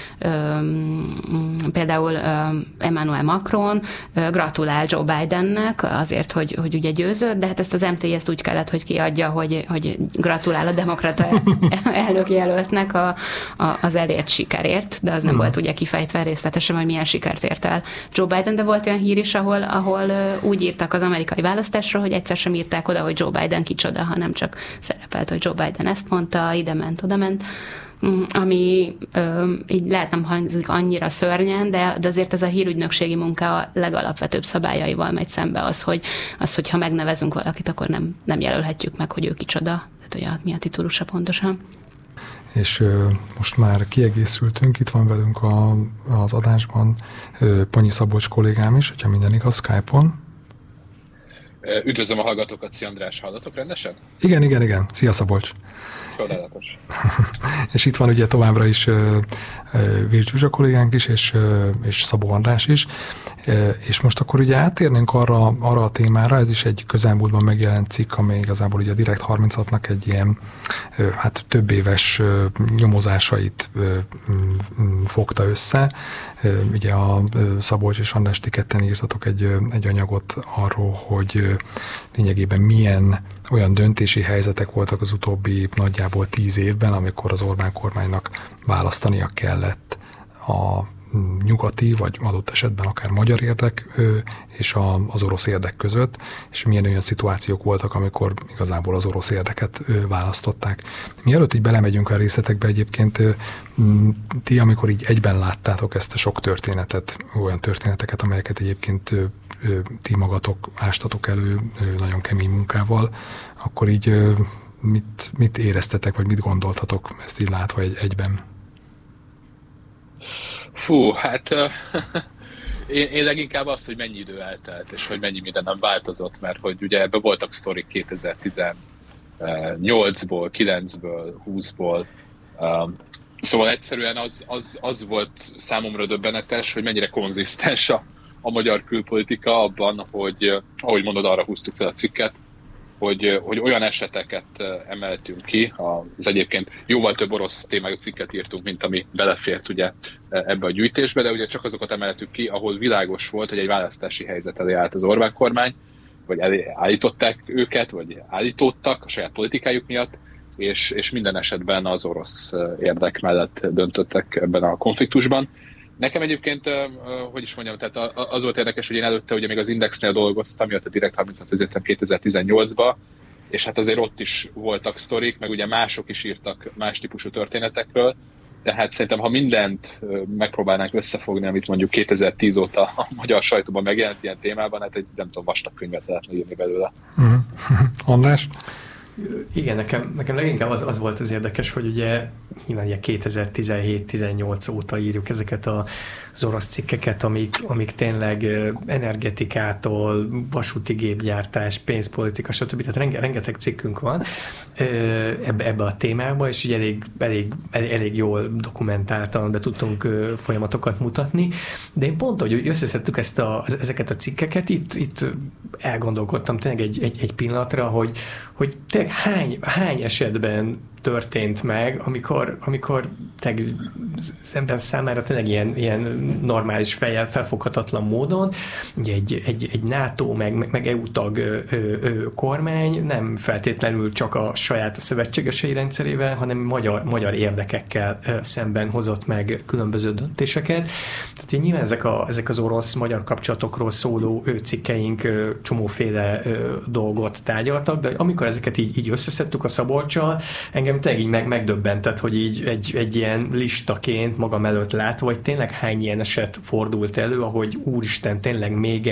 például Emmanuel Macron gratulál Joe Bidennek azért, hogy ugye győzött, de hát ezt az MTI ezt úgy kellett, hogy kiadja, hogy gratulál a demokrata elnökjelöltnek az elért sikerért, de az nem volt ugye kifejtve részletesen, hogy milyen sikert ért el Joe Biden, de volt olyan hír is, ahol úgy írtak az amerikai választásra, hogy egyszer sem írták oda, hogy Joe Biden kicsoda, hanem csak szerepelt, hogy Joe Biden ezt mondta, ide ment, oda ment, ami így lehet nem hangzik annyira szörnyen, de azért ez a hírügynökségi munka a legalapvetőbb szabályaival megy szembe hogyha megnevezünk valakit, akkor nem jelölhetjük meg, hogy ő kicsoda, tehát hogy mi a titulusa pontosan. És most már kiegészültünk, itt van velünk az adásban Panyi Szabolcs kollégám is, hogyha minden igaz, Skype-on. Üdvözlöm a hallgatókat, Szia András, hallatok rendesen? Igen. Szia Szabolcs! Csodálatos. És itt van ugye továbbra is Vircs Zsuzsa kollégánk is, és Szabó András is. És most akkor ugye áttérnénk arra a témára, ez is egy közelmúltban megjelent cikk, ami igazából ugye a Direkt 36-nak egy ilyen több éves nyomozásait fogta össze. Ugye a Szabolcs és András, ti ketten írtatok egy anyagot arról, hogy lényegében milyen olyan döntési helyzetek voltak az utóbbi nagyjából 10 évben, amikor az Orbán kormánynak választania kellett a nyugati, vagy adott esetben akár magyar érdek és az orosz érdek között, és milyen olyan szituációk voltak, amikor igazából az orosz érdeket választották. Mielőtt így belemegyünk a részletekbe, egyébként ti, amikor így egyben láttátok ezt a sok történetet, olyan történeteket, amelyeket egyébként ti magatok ástatok elő nagyon kemény munkával, akkor így mit éreztetek, vagy mit gondoltatok ezt így látva egyben? Fú, hát én leginkább azt, hogy mennyi idő eltelt, és hogy mennyi minden nem változott, mert hogy ugye ebben voltak sztorik 2018-ból, 9-ből, 20-ból, szóval egyszerűen az volt számomra döbbenetes, hogy mennyire konzisztens a magyar külpolitika abban, hogy, ahogy mondod, arra húztuk fel a cikket, hogy olyan eseteket emeltünk ki, az egyébként jóval több orosz témájú cikket írtunk, mint ami belefért ugye ebbe a gyűjtésbe, de ugye csak azokat emeltük ki, ahol világos volt, hogy egy választási helyzet elé állt az Orbán kormány, vagy állították őket, vagy állítódtak a saját politikájuk miatt, és minden esetben az orosz érdek mellett döntöttek ebben a konfliktusban. Nekem egyébként, hogy is mondjam, tehát az volt érdekes, hogy én előtte ugye még az Indexnél dolgoztam, miatt a Direkt 36 vezettem 2018-ba, és hát azért ott is voltak sztorik, meg ugye mások is írtak más típusú történetekről, tehát szerintem, ha mindent megpróbálnánk összefogni, amit mondjuk 2010 óta a magyar sajtóban megjelent ilyen témában, hát egy nem tudom, vastag könyvet lehetne írni belőle. András? Igen, nekem leginkább az volt az érdekes, hogy ugye nyilván 2017-18 óta írjuk ezeket az orosz cikkeket, amik tényleg energetikától, vasúti gépgyártás, pénzpolitika, stb. Tehát rengeteg cikkünk van ebbe a témába, és ugye elég jól dokumentáltan be tudtunk folyamatokat mutatni, de én pont, hogy összeszedtük ezeket a cikkeket, itt elgondolkodtam tényleg egy pillanatra, hogy tényleg hány esetben történt meg, amikor az ember számára tényleg ilyen normális fejjel felfoghatatlan módon ugye egy NATO meg EU tag kormány nem feltétlenül csak a saját szövetségesei rendszerével, hanem magyar érdekekkel szemben hozott meg különböző döntéseket. Tehát nyilván ezek az orosz-magyar kapcsolatokról szóló cikkeink csomóféle dolgot tárgyaltak, de amikor ezeket így összeszedtük a Szabolccsal, engem tényleg így megdöbbentett, hogy így egy ilyen listaként magam előtt látva, hogy tényleg hány ilyen eset fordult elő, ahogy úristen, tényleg még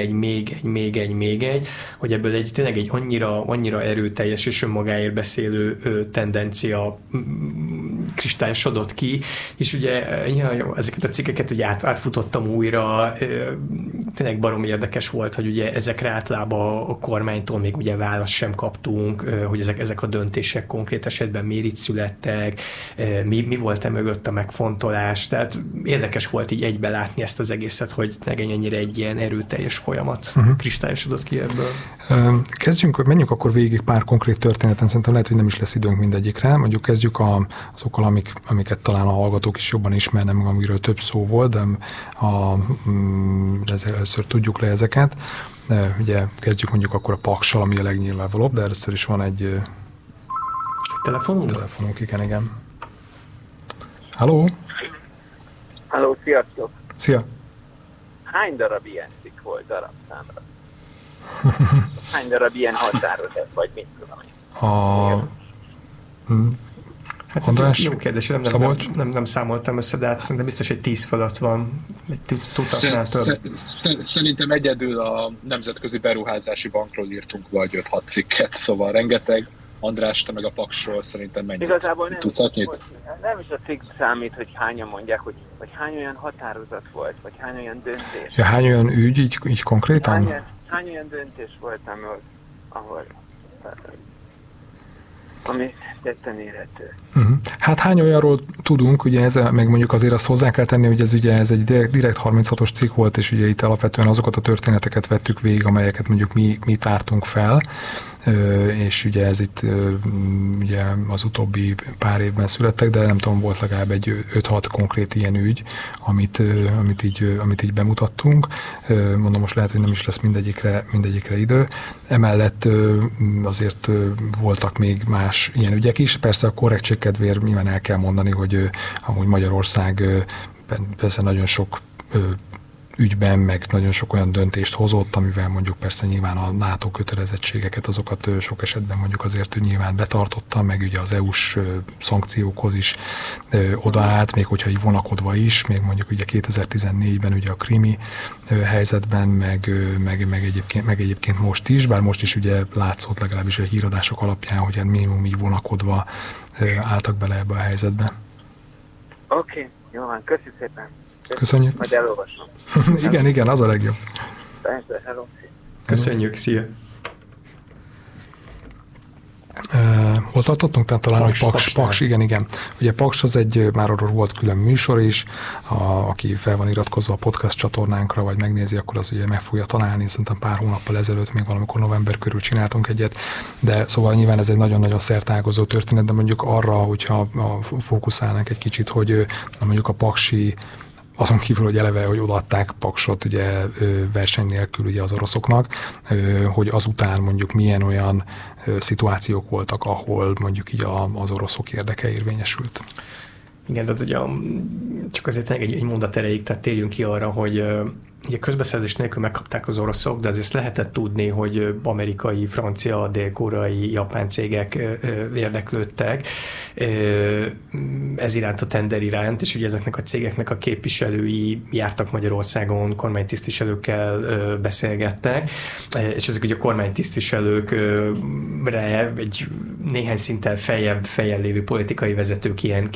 egy, hogy ebből tényleg egy annyira erőteljes és önmagáért beszélő tendencia kristályosodott ki, és ugye ezeket a cikkeket ugye átfutottam újra, tényleg baromi érdekes volt, hogy ugye ezekre általában a kormánytól még ugye választ sem kaptunk, hogy ezek a döntések konkrét esetben miért így születtek, mi volt mögött a megfontolás, tehát érdekes volt így egybe látni ezt az egészet, hogy tényleg ennyire egy ilyen erőteljes folyamat kristályosodott ki ebből. Menjünk akkor végig pár konkrét történeten, szerintem lehet, hogy nem is lesz időnk mindegyikre, mondjuk kezdjük azokkal, amiket talán a hallgatók is jobban ismernek, meg amiről több szó volt, de először tudjuk le ezeket. Ugye kezdjük mondjuk akkor a Paksal, ami a legnyilvánvalóbb, de először is van egy telefonunk? Telefonunk, igen. Halló? Halló, sziasztok! Szia! Hány darab ilyen cikk volt darabszámra? Hány darab ilyen határozat, vagy mit tudom én? András, jó kérdés, nem számoltam össze, de hát szerintem biztos egy 10 fölött van, egy tucatnál több. Szerintem egyedül a Nemzetközi Beruházási Bankról írtunk vagy 5-6 cikket, szóval rengeteg. András, te meg a Paksról szerintem mennyit? Igazából nem is a cikk számít, hogy hányan mondják, hogy hány olyan határozat volt, vagy hány olyan döntés. Ja, hány olyan ügy így konkrétan? Hány olyan döntés volt, ahol ami tetten érhető. Hát hány olyanról tudunk, ugye ezzel meg mondjuk azért azt hozzá kell tenni, hogy ez egy direkt 36-os cikk volt, és ugye itt alapvetően azokat a történeteket vettük végig, amelyeket mondjuk mi tártunk fel, és ugye ez itt ugye az utóbbi pár évben születtek, de nem tudom, volt legalább egy 5-6 konkrét ilyen ügy, amit így bemutattunk. Mondom, most lehet, hogy nem is lesz mindegyikre idő. Emellett azért voltak még más ilyen ügyek is. Persze a korrektség kedvéért nyilván el kell mondani, hogy amúgy Magyarország persze nagyon sok ügyben, meg nagyon sok olyan döntést hozott, amivel mondjuk persze nyilván a NATO kötelezettségeket, azokat sok esetben mondjuk azért nyilván betartotta, meg ugye az EU-s szankciókhoz is odaállt, még hogyha így vonakodva is, még mondjuk ugye 2014-ben ugye a krimi helyzetben, meg egyébként most is, bár most is ugye látszott legalábbis a híradások alapján, hogy minimum így vonakodva álltak bele ebbe a helyzetbe. Oké, jó van, köszi szépen. Köszönjük. Majd elolvasom. igen, az a legjobb. Persze, hello. Köszönjük, szia! Hol tartottunk? Tehát talán, hogy Paks, igen. Ugye Paks az már arról volt külön műsor is, aki fel van iratkozva a podcast csatornánkra, vagy megnézi, akkor az ugye meg fogja találni, szerintem pár hónappal ezelőtt, még valamikor november körül csináltunk egyet, de szóval nyilván ez egy nagyon-nagyon szertágazó történet, de mondjuk arra, hogyha fókuszálnánk egy kicsit, hogy mondjuk a paksi, azon kívül, hogy eleve, hogy odaadták Paksot ugye verseny nélkül ugye az oroszoknak, hogy azután mondjuk milyen olyan szituációk voltak, ahol mondjuk így az oroszok érdeke érvényesült. Igen, tehát ugye csak azért egy mondat erejéig, tehát térjünk ki arra, hogy ugye közbeszerzés nélkül megkapták az oroszok, de azért lehetett tudni, hogy amerikai, francia, dél-koreai, japán cégek érdeklődtek ez iránt, a tender iránt, és ugye ezeknek a cégeknek a képviselői jártak Magyarországon, kormánytisztviselőkkel beszélgettek, és ezek ugye a kormánytisztviselőkre egy néhány szinten feljebb lévő politikai vezetők ilyen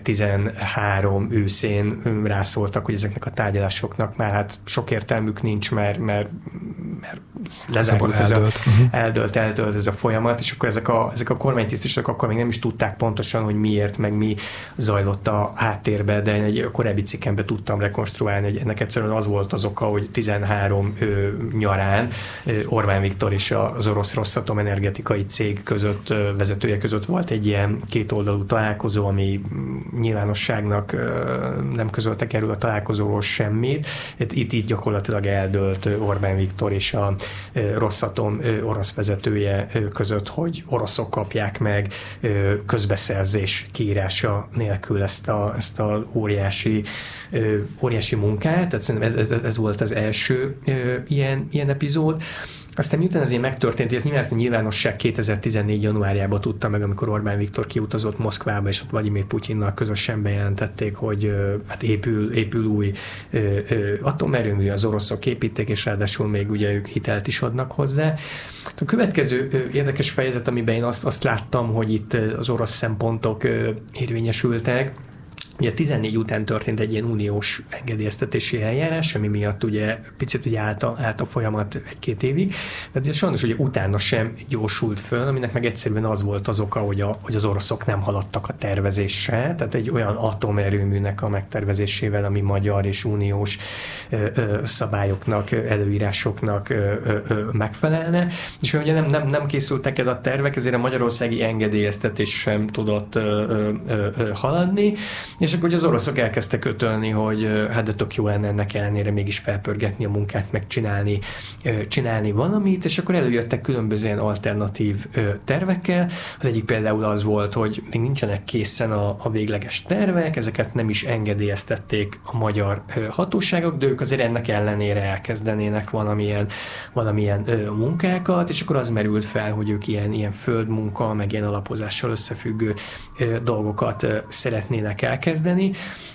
2013 őszén rászóltak, hogy ezeknek a tárgyalásoknak már hát sok értelmük nincs, mert lezárult eldölt ez a folyamat, és akkor ezek a kormánytisztviselők akkor még nem is tudták pontosan, hogy miért, meg mi zajlott a háttérbe, de én egy korábbi cikkemben tudtam rekonstruálni, hogy ennek egyszerűen az volt az oka, hogy 13 nyarán Orbán Viktor és az orosz Rosszatom energetikai cég között, vezetője között volt egy ilyen kétoldalú találkozó, ami nyilvánosságnak nem közöltek erről a találkozóról semmit. Itt gyakorlatilag eldőlt Orbán Viktor és a Rosszatom orosz vezetője között, hogy oroszok kapják meg közbeszerzés kiírása nélkül ezt a óriási munkát. Tehát szerintem ez volt az első ilyen epizód. Aztán miután azért megtörtént, hogy ez nyilván ezt a nyilvánosság 2014. januárjában tudta meg, amikor Orbán Viktor kiutazott Moszkvába, és ott Vlagyimir Putyinnal közösen bejelentették, hogy hát épül új atomerőmű, az oroszok építék, és ráadásul még ugye ők hitelt is adnak hozzá. A következő érdekes fejezet, amiben én azt láttam, hogy itt az orosz szempontok érvényesültek, ugye 14 után történt egy ilyen uniós engedélyeztetési eljárás, ami miatt ugye picit ugye állt a folyamat 1-2 évig, de ugye sajnos ugye utána sem gyorsult föl, aminek meg egyszerűen az volt az oka, hogy az oroszok nem haladtak a tervezéssel, tehát egy olyan atomerőműnek a megtervezésével, ami magyar és uniós szabályoknak, előírásoknak megfelelne, és ugye nem készültek ez a tervek, ezért a magyarországi engedélyeztetés sem tudott haladni, és akkor az oroszok elkezdtek ötölni, hogy hát de tök jó lenne ennek ellenére mégis felpörgetni a munkát, megcsinálni valamit, és akkor előjöttek különböző ilyen alternatív tervekkel. Az egyik például az volt, hogy még nincsenek készen a végleges tervek, ezeket nem is engedélyeztették a magyar hatóságok, de ők azért ennek ellenére elkezdenének valamilyen munkákat, és akkor az merült fel, hogy ők ilyen földmunka, meg ilyen alapozással összefüggő dolgokat szeretnének elkezdeni,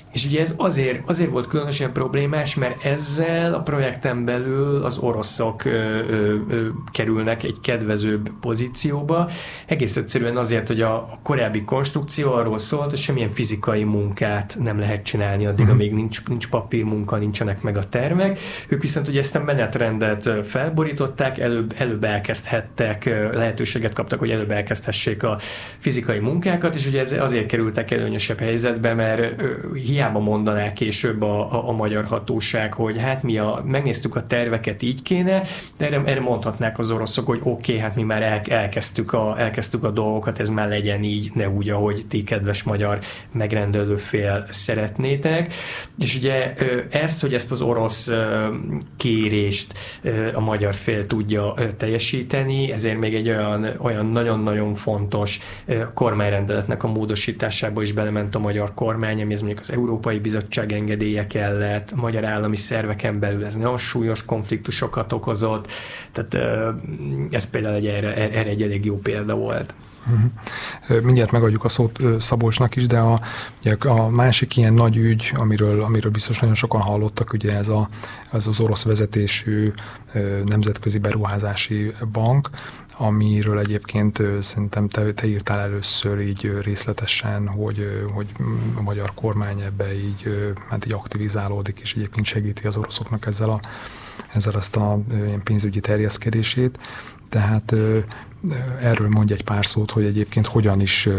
És ugye ez azért volt különösen problémás, mert ezzel a projekten belül az oroszok kerülnek egy kedvezőbb pozícióba. Egész egyszerűen azért, hogy a korábbi konstrukció arról szólt, hogy semmilyen fizikai munkát nem lehet csinálni addig, amíg nincs papírmunka, nincsenek meg a tervek. Ők viszont ugye ezt a menetrendet felborították, előbb elkezdhettek, lehetőséget kaptak, hogy előbb elkezdhessék a fizikai munkákat, és ugye azért kerültek előnyösebb helyzetbe, mert hiába mondanák később a magyar hatóság, hogy hát megnéztük a terveket, így kéne, de erre mondhatnák az oroszok, hogy oké, hát mi már elkezdtük a dolgokat, ez már legyen így, ne úgy, ahogy ti, kedves magyar megrendelő fél szeretnétek. És ugye hogy ezt az orosz kérést a magyar fél tudja teljesíteni, ezért még egy olyan nagyon-nagyon fontos kormányrendeletnek a módosításába is belement a magyar kormány, ami ez mondjuk az Európai Bizottság engedélye kellett, a magyar állami szerveken belül ez nagyon súlyos konfliktusokat okozott, tehát ez például erre egy elég jó példa volt. Mindjárt megadjuk a szót Szabolcsnak is, de a másik ilyen nagy ügy, amiről biztos nagyon sokan hallottak, ugye ez az orosz vezetésű Nemzetközi Beruházási Bank, amiről egyébként szerintem te írtál először így részletesen, hogy a magyar kormány ebbe így aktivizálódik, és egyébként segíti az oroszoknak ezzel azt a pénzügyi terjeszkedését. Tehát erről mondj egy pár szót, hogy egyébként hogyan is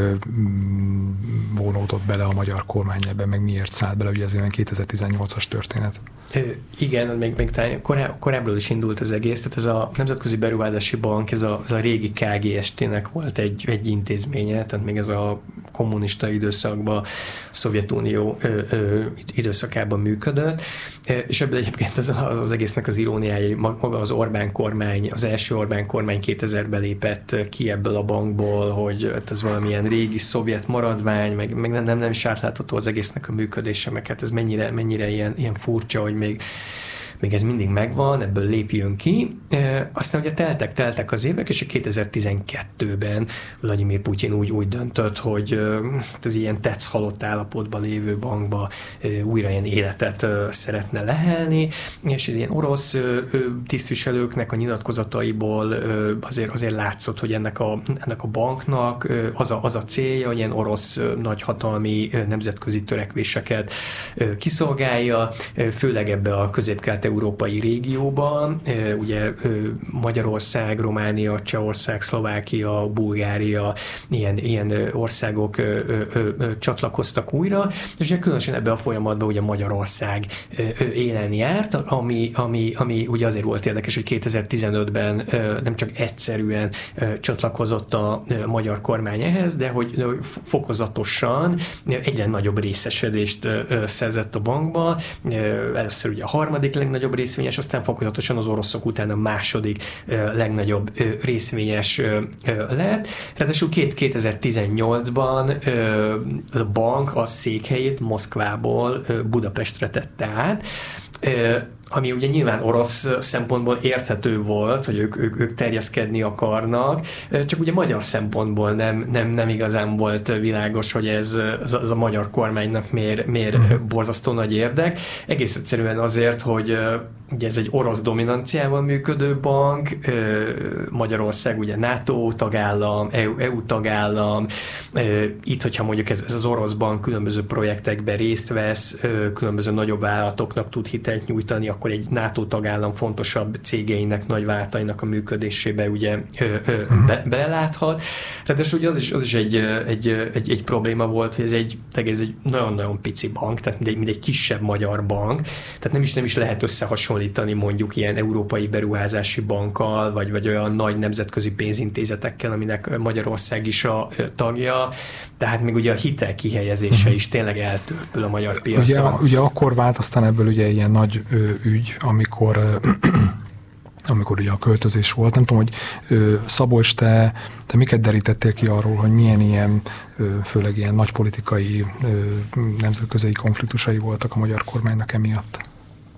vonódott bele a magyar kormány ebben, meg miért szállt bele, ugye ez olyan 2018-as történet. Igen, még talán korábbról is indult az egész, tehát ez a Nemzetközi Beruházási Bank, ez a régi KGST-nek volt egy intézménye, tehát még ez a kommunista időszakban, Szovjetunió időszakában működött, és ebből egyébként az egésznek az iróniája, maga az Orbán kormány, az első Orbán kormány 2000-ben lépett ki ebből a bankból, hogy ez valamilyen régi szovjet maradvány, meg nem is átlátható az egésznek a működése, meg hát ez mennyire ilyen furcsa, hogy még ez mindig megvan, ebből lépjön ki. Aztán ugye teltek az évek, és 2012-ben Vladimir Putyin úgy döntött, hogy ez ilyen halott állapotban lévő bankba újra ilyen életet szeretne lehelni, és ilyen orosz tisztviselőknek a nyilatkozataiból azért látszott, hogy ennek a banknak az a célja, hogy ilyen orosz nagyhatalmi nemzetközi törekvéseket kiszolgálja, főleg ebbe a közép-kelet-európai régióban, ugye Magyarország, Románia, Csehország, Szlovákia, Bulgária, ilyen országok csatlakoztak újra, és ugye különösen ebben a folyamatban ugye Magyarország élen járt, ami ugye azért volt érdekes, hogy 2015-ben nem csak egyszerűen csatlakozott a magyar kormány ehhez, de hogy fokozatosan egyre nagyobb részesedést szerzett a bankba. Először ugye a harmadik legnagyobb részvényes, aztán fokozatosan az oroszok után a második legnagyobb részvényes lett. Ráadásul 2018-ban az a bank a székhelyét Moszkvából Budapestre tette át, ami ugye nyilván orosz szempontból érthető volt, hogy ők terjeszkedni akarnak, csak ugye magyar szempontból nem igazán volt világos, hogy ez a magyar kormánynak miért borzasztó nagy érdek. Egész egyszerűen azért, hogy ugye ez egy orosz dominanciával működő bank, Magyarország ugye NATO tagállam, EU tagállam, itt, hogyha mondjuk ez az orosz bank különböző projektekben részt vesz, különböző nagyobb vállalatoknak tud hitelt nyújtani, akkor egy NATO tagállam fontosabb cégeinek, nagy vállalatainak a működésébe ugye beleláthat. Ráadásul ugye az is egy probléma volt, hogy ez egy nagyon-nagyon pici bank, tehát mint egy kisebb magyar bank, tehát nem is lehet összehasonlítani mondjuk ilyen Európai Beruházási Bankkal, vagy olyan nagy nemzetközi pénzintézetekkel, aminek Magyarország is a tagja, tehát még ugye a hitel kihelyezése is tényleg eltörpül a magyar piacon. Ugye akkor vált aztán ebből ugye ilyen nagy ügy, amikor ugye a költözés volt. Nem tudom, hogy Szabolcs, te miket derítettél ki arról, hogy milyen ilyen, főleg ilyen nagy politikai nemzetközi konfliktusai voltak a magyar kormánynak emiatt?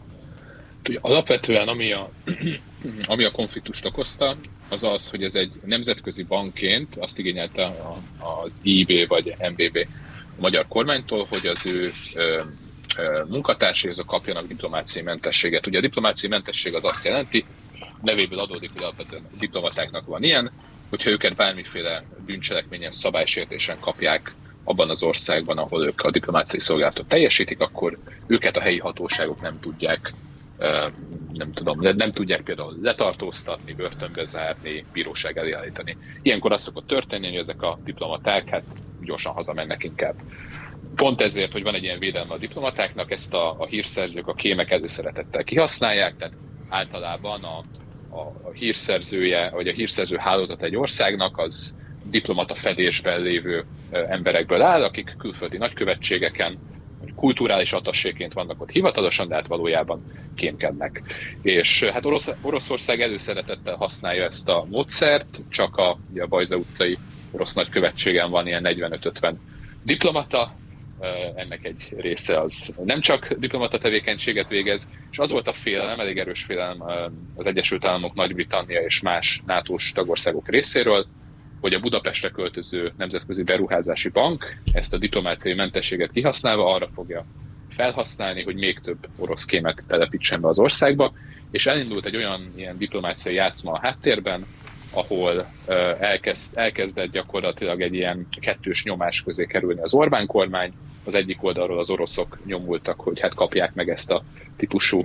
Alapvetően ami a konfliktust okozta, az az, hogy ez egy nemzetközi bankként azt igényelte az IB vagy MBB magyar kormánytól, hogy az ő munkatársai azok kapjanak diplomáciai mentességet. Ugye a diplomáciai mentesség az azt jelenti, nevéből adódik, hogy alapvetően diplomatáknak van ilyen, hogyha őket bármiféle bűncselekményen, szabálysértésen kapják abban az országban, ahol ők a diplomáciai szolgálatot teljesítik, akkor őket a helyi hatóságok nem tudják, nem tudják például letartóztatni, börtönbe zárni, bíróság elé állítani. Ilyenkor az szokott történni, hogy ezek a diplomaták hát gyorsan hazamennek inkább. Pont ezért, hogy van egy ilyen védelme a diplomatáknak, ezt a hírszerzők, a kémek előszeretettel kihasználják, tehát általában a hírszerzője, vagy a hírszerző hálózat egy országnak az diplomata fedésben lévő emberekből áll, akik külföldi nagykövetségeken, kulturális atasséként vannak ott hivatalosan, de hát valójában kémkednek. És hát Oroszország előszeretettel használja ezt a módszert, csak a Bajza utcai orosz nagykövetségen van ilyen 45-50 diplomata, ennek egy része az nem csak diplomata tevékenységet végez, és az volt a félelem, elég erős félelem az Egyesült Államok, Nagy-Britannia és más NATO-s tagországok részéről, hogy a Budapestre költöző Nemzetközi Beruházási Bank ezt a diplomáciai mentességet kihasználva arra fogja felhasználni, hogy még több orosz kémet telepítsen be az országba, és elindult egy olyan ilyen diplomáciai játszma a háttérben, ahol elkezdett gyakorlatilag egy ilyen kettős nyomás közé kerülni az Orbán kormány. Az egyik oldalról az oroszok nyomultak, hogy hát kapják meg ezt a típusú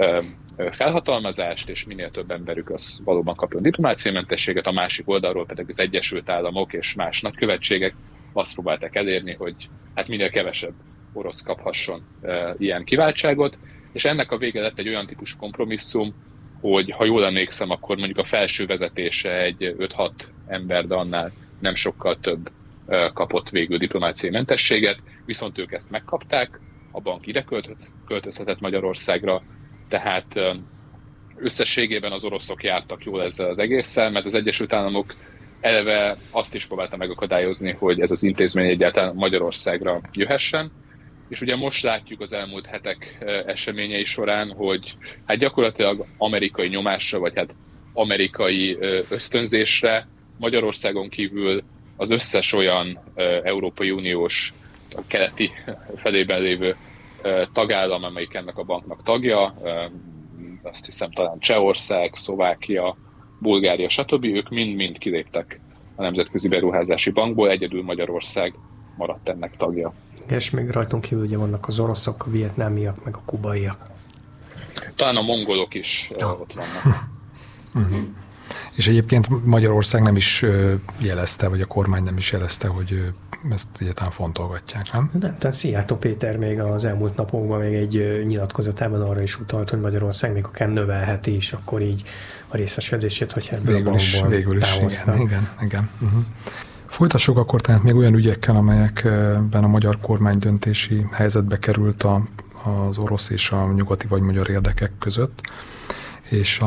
felhatalmazást, és minél több emberük az valóban kapjon diplomáciai mentességet, a másik oldalról pedig az Egyesült Államok és más nagykövetségek azt próbálták elérni, hogy hát minél kevesebb orosz kaphasson ilyen kiváltságot, és ennek a vége lett egy olyan típusú kompromisszum, hogy ha jól emlékszem, akkor mondjuk a felső vezetése egy 5-6 ember, de annál nem sokkal több kapott végül diplomáciai mentességet, viszont ők ezt megkapták, a bank ide költözhetett Magyarországra, tehát összességében az oroszok jártak jól ezzel az egésszel, mert az Egyesült Államok eleve azt is próbálta megakadályozni, hogy ez az intézmény egyáltalán Magyarországra jöhessen, és ugye most látjuk az elmúlt hetek eseményei során, hogy hát gyakorlatilag amerikai nyomásra, vagy hát amerikai ösztönzésre Magyarországon kívül az összes olyan Európai Uniós, a keleti felében lévő tagállam, amelyik ennek a banknak tagja, azt hiszem talán Csehország, Szlovákia, Bulgária, stb. Ők mind-mind kiléptek a Nemzetközi Beruházási Bankból, egyedül Magyarország maradt ennek tagja. És még rajtunk kívül ugye vannak az oroszok, a vietnámiak, meg a kubaiak. Talán a mongolok is ott vannak. Uh-huh. És egyébként Magyarország nem is jelezte, vagy a kormány nem is jelezte, hogy ezt egyáltalán fontolgatják, nem? Nem, tehát Szijjártó Péter még az elmúlt napokban még egy nyilatkozatában arra is utalt, hogy Magyarország még akár növelheti is akkor így a részesedését, hogy ebből a bankból végül is, igen. Uh-huh. Folytassuk akkor tehát még olyan ügyekkel, amelyekben a magyar kormány döntési helyzetbe került az orosz és a nyugati vagy magyar érdekek között, és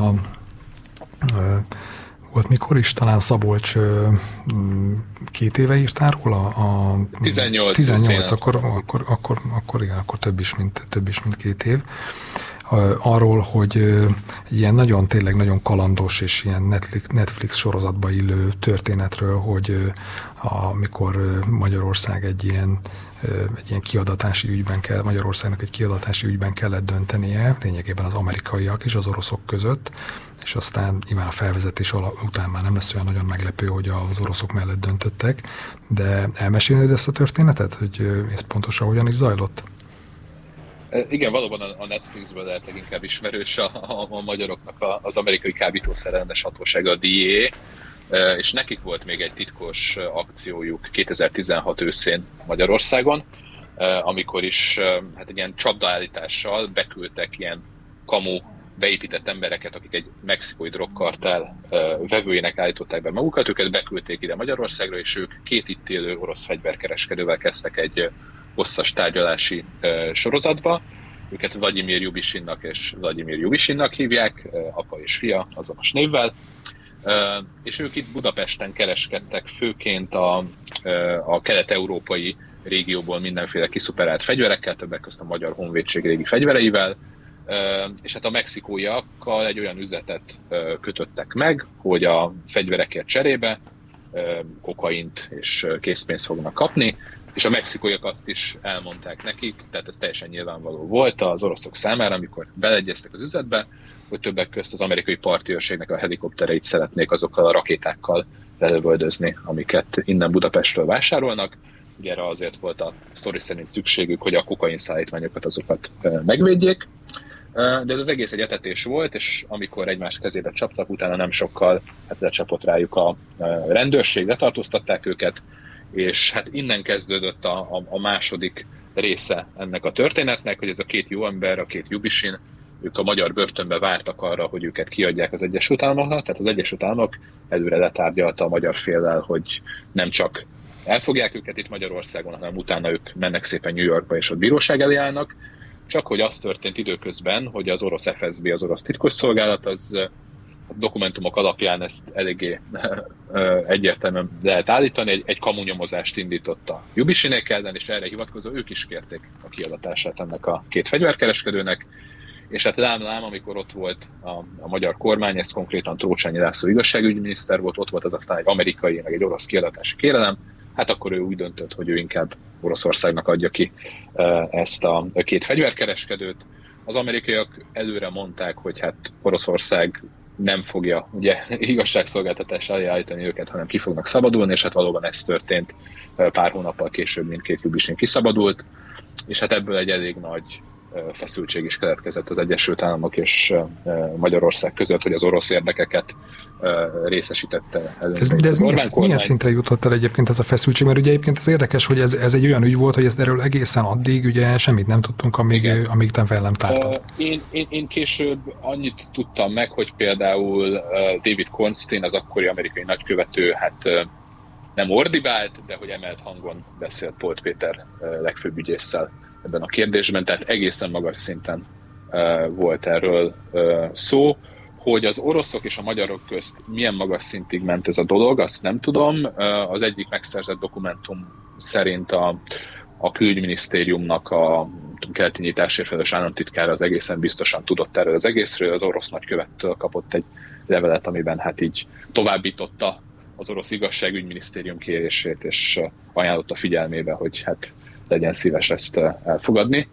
volt mikor is, talán Szabolcs 2 éve írtál róla? 18, akkor igen, akkor több is, mint 2 év. Arról, hogy egy ilyen tényleg nagyon kalandos és ilyen Netflix sorozatba illő történetről, hogy amikor Magyarország egy ilyen kiadatási ügyben Magyarországnak egy kiadatási ügyben kellett döntenie, lényegében az amerikaiak és az oroszok között, és aztán nyilván a felvezetés után már nem lesz olyan nagyon meglepő, hogy az oroszok mellett döntöttek, de elmesélnéd ezt a történetet, hogy ez pontosan hogyan is zajlott? Igen, valóban a Netflixből lehet leginkább ismerős a magyaroknak az amerikai kábítószerellenes hatósága, a DEA, és nekik volt még egy titkos akciójuk 2016 őszén Magyarországon, amikor is hát egy ilyen csapdaállítással beküldtek ilyen kamu beépített embereket, akik egy mexikói drogkartel vevőjének állították be magukat, őket beküldték ide Magyarországra, és ők 2 itt élő orosz fegyverkereskedővel kezdtek egy hosszas tárgyalási sorozatba. Őket Vladimir Jubisinnak és Vladimir Jubisinnak hívják, apa és fia azonos névvel, és ők itt Budapesten kereskedtek főként a kelet-európai régióból mindenféle kiszuperált fegyverekkel, többek között a Magyar Honvédség régi fegyvereivel, és hát a mexikóiakkal egy olyan üzletet kötöttek meg, hogy a fegyverekért cserébe kokaint és készpénzt fognak kapni, és a mexikóiak azt is elmondták nekik, tehát ez teljesen nyilvánvaló volt az oroszok számára, amikor beleegyeztek az üzletbe, hogy többek közt az amerikai parti őrségnek a helikoptereit szeretnék azokkal a rakétákkal lelövöldözni, amiket innen Budapestről vásárolnak. Ugye erre azért volt a sztori szerint szükségük, hogy a kokain szállítmányokat azokat megvédjék. De ez az egész egy etetés volt, és amikor egymás kezébe csaptak, utána nem sokkal lecsapott rájuk a rendőrség, letartóztatták őket, és hát innen kezdődött a második része ennek a történetnek, hogy ez a két jó ember, a két Ljubisin, ők a magyar börtönbe vártak arra, hogy őket kiadják az Egyesült Államoknak, tehát az Egyesült Államok előre letárgyalta a magyar féllel, hogy nem csak elfogják őket itt Magyarországon, hanem utána ők mennek szépen New Yorkba, és ott bíróság elé állnak. Csak hogy az történt időközben, hogy az orosz FSB, az orosz titkosszolgálat, az a dokumentumok alapján ezt eléggé egyértelműen lehet állítani, egy kamunyomozást indított a Ljubisinek ellen, és erre hivatkozva ők is kérték a kiadatását ennek a két fegyverkereskedőnek, és hát lám, amikor ott volt a magyar kormány, ez konkrétan Trócsányi László igazságügyminiszter volt, ott volt az aztán egy amerikai, meg egy orosz kiadatási kérelem, hát akkor ő úgy döntött, hogy ő inkább Oroszországnak adja ki ezt a két fegyverkereskedőt. Az amerikaiak előre mondták, hogy hát Oroszország nem fogja ugye igazságszolgáltatás elé állítani őket, hanem ki fognak szabadulni, és hát valóban ez történt pár hónappal később, mindkét Ljubisin kiszabadult, és hát ebből egy elég nagy feszültség is keletkezett az Egyesült Államok és Magyarország között, hogy az orosz érdekeket részesítette előtt. De ez milyen szintre jutott el egyébként ez a feszültség? Mert ugye egyébként ez érdekes, hogy ez egy olyan ügy volt, hogy erről egészen addig ugye semmit nem tudtunk, amíg te fel nem tártad. Én később annyit tudtam meg, hogy például David Kornstein, az akkori amerikai nagykövető, hát nem ordibált, de hogy emelt hangon beszélt Polt Péter legfőbb ügyésszel ebben a kérdésben, tehát egészen magas szinten volt erről szó. Hogy az oroszok és a magyarok közt milyen magas szintig ment ez a dolog, azt nem tudom. Az egyik megszerzett dokumentum szerint a külügyminisztériumnak a keleti nyitásért felelős államtitkára az egészen biztosan tudott erről az egészről, az orosz nagykövettől kapott egy levelet, amiben hát így továbbította az orosz igazságügyminisztérium kérését, és ajánlotta figyelmébe, hogy hát legyen szíves ezt elfogadni.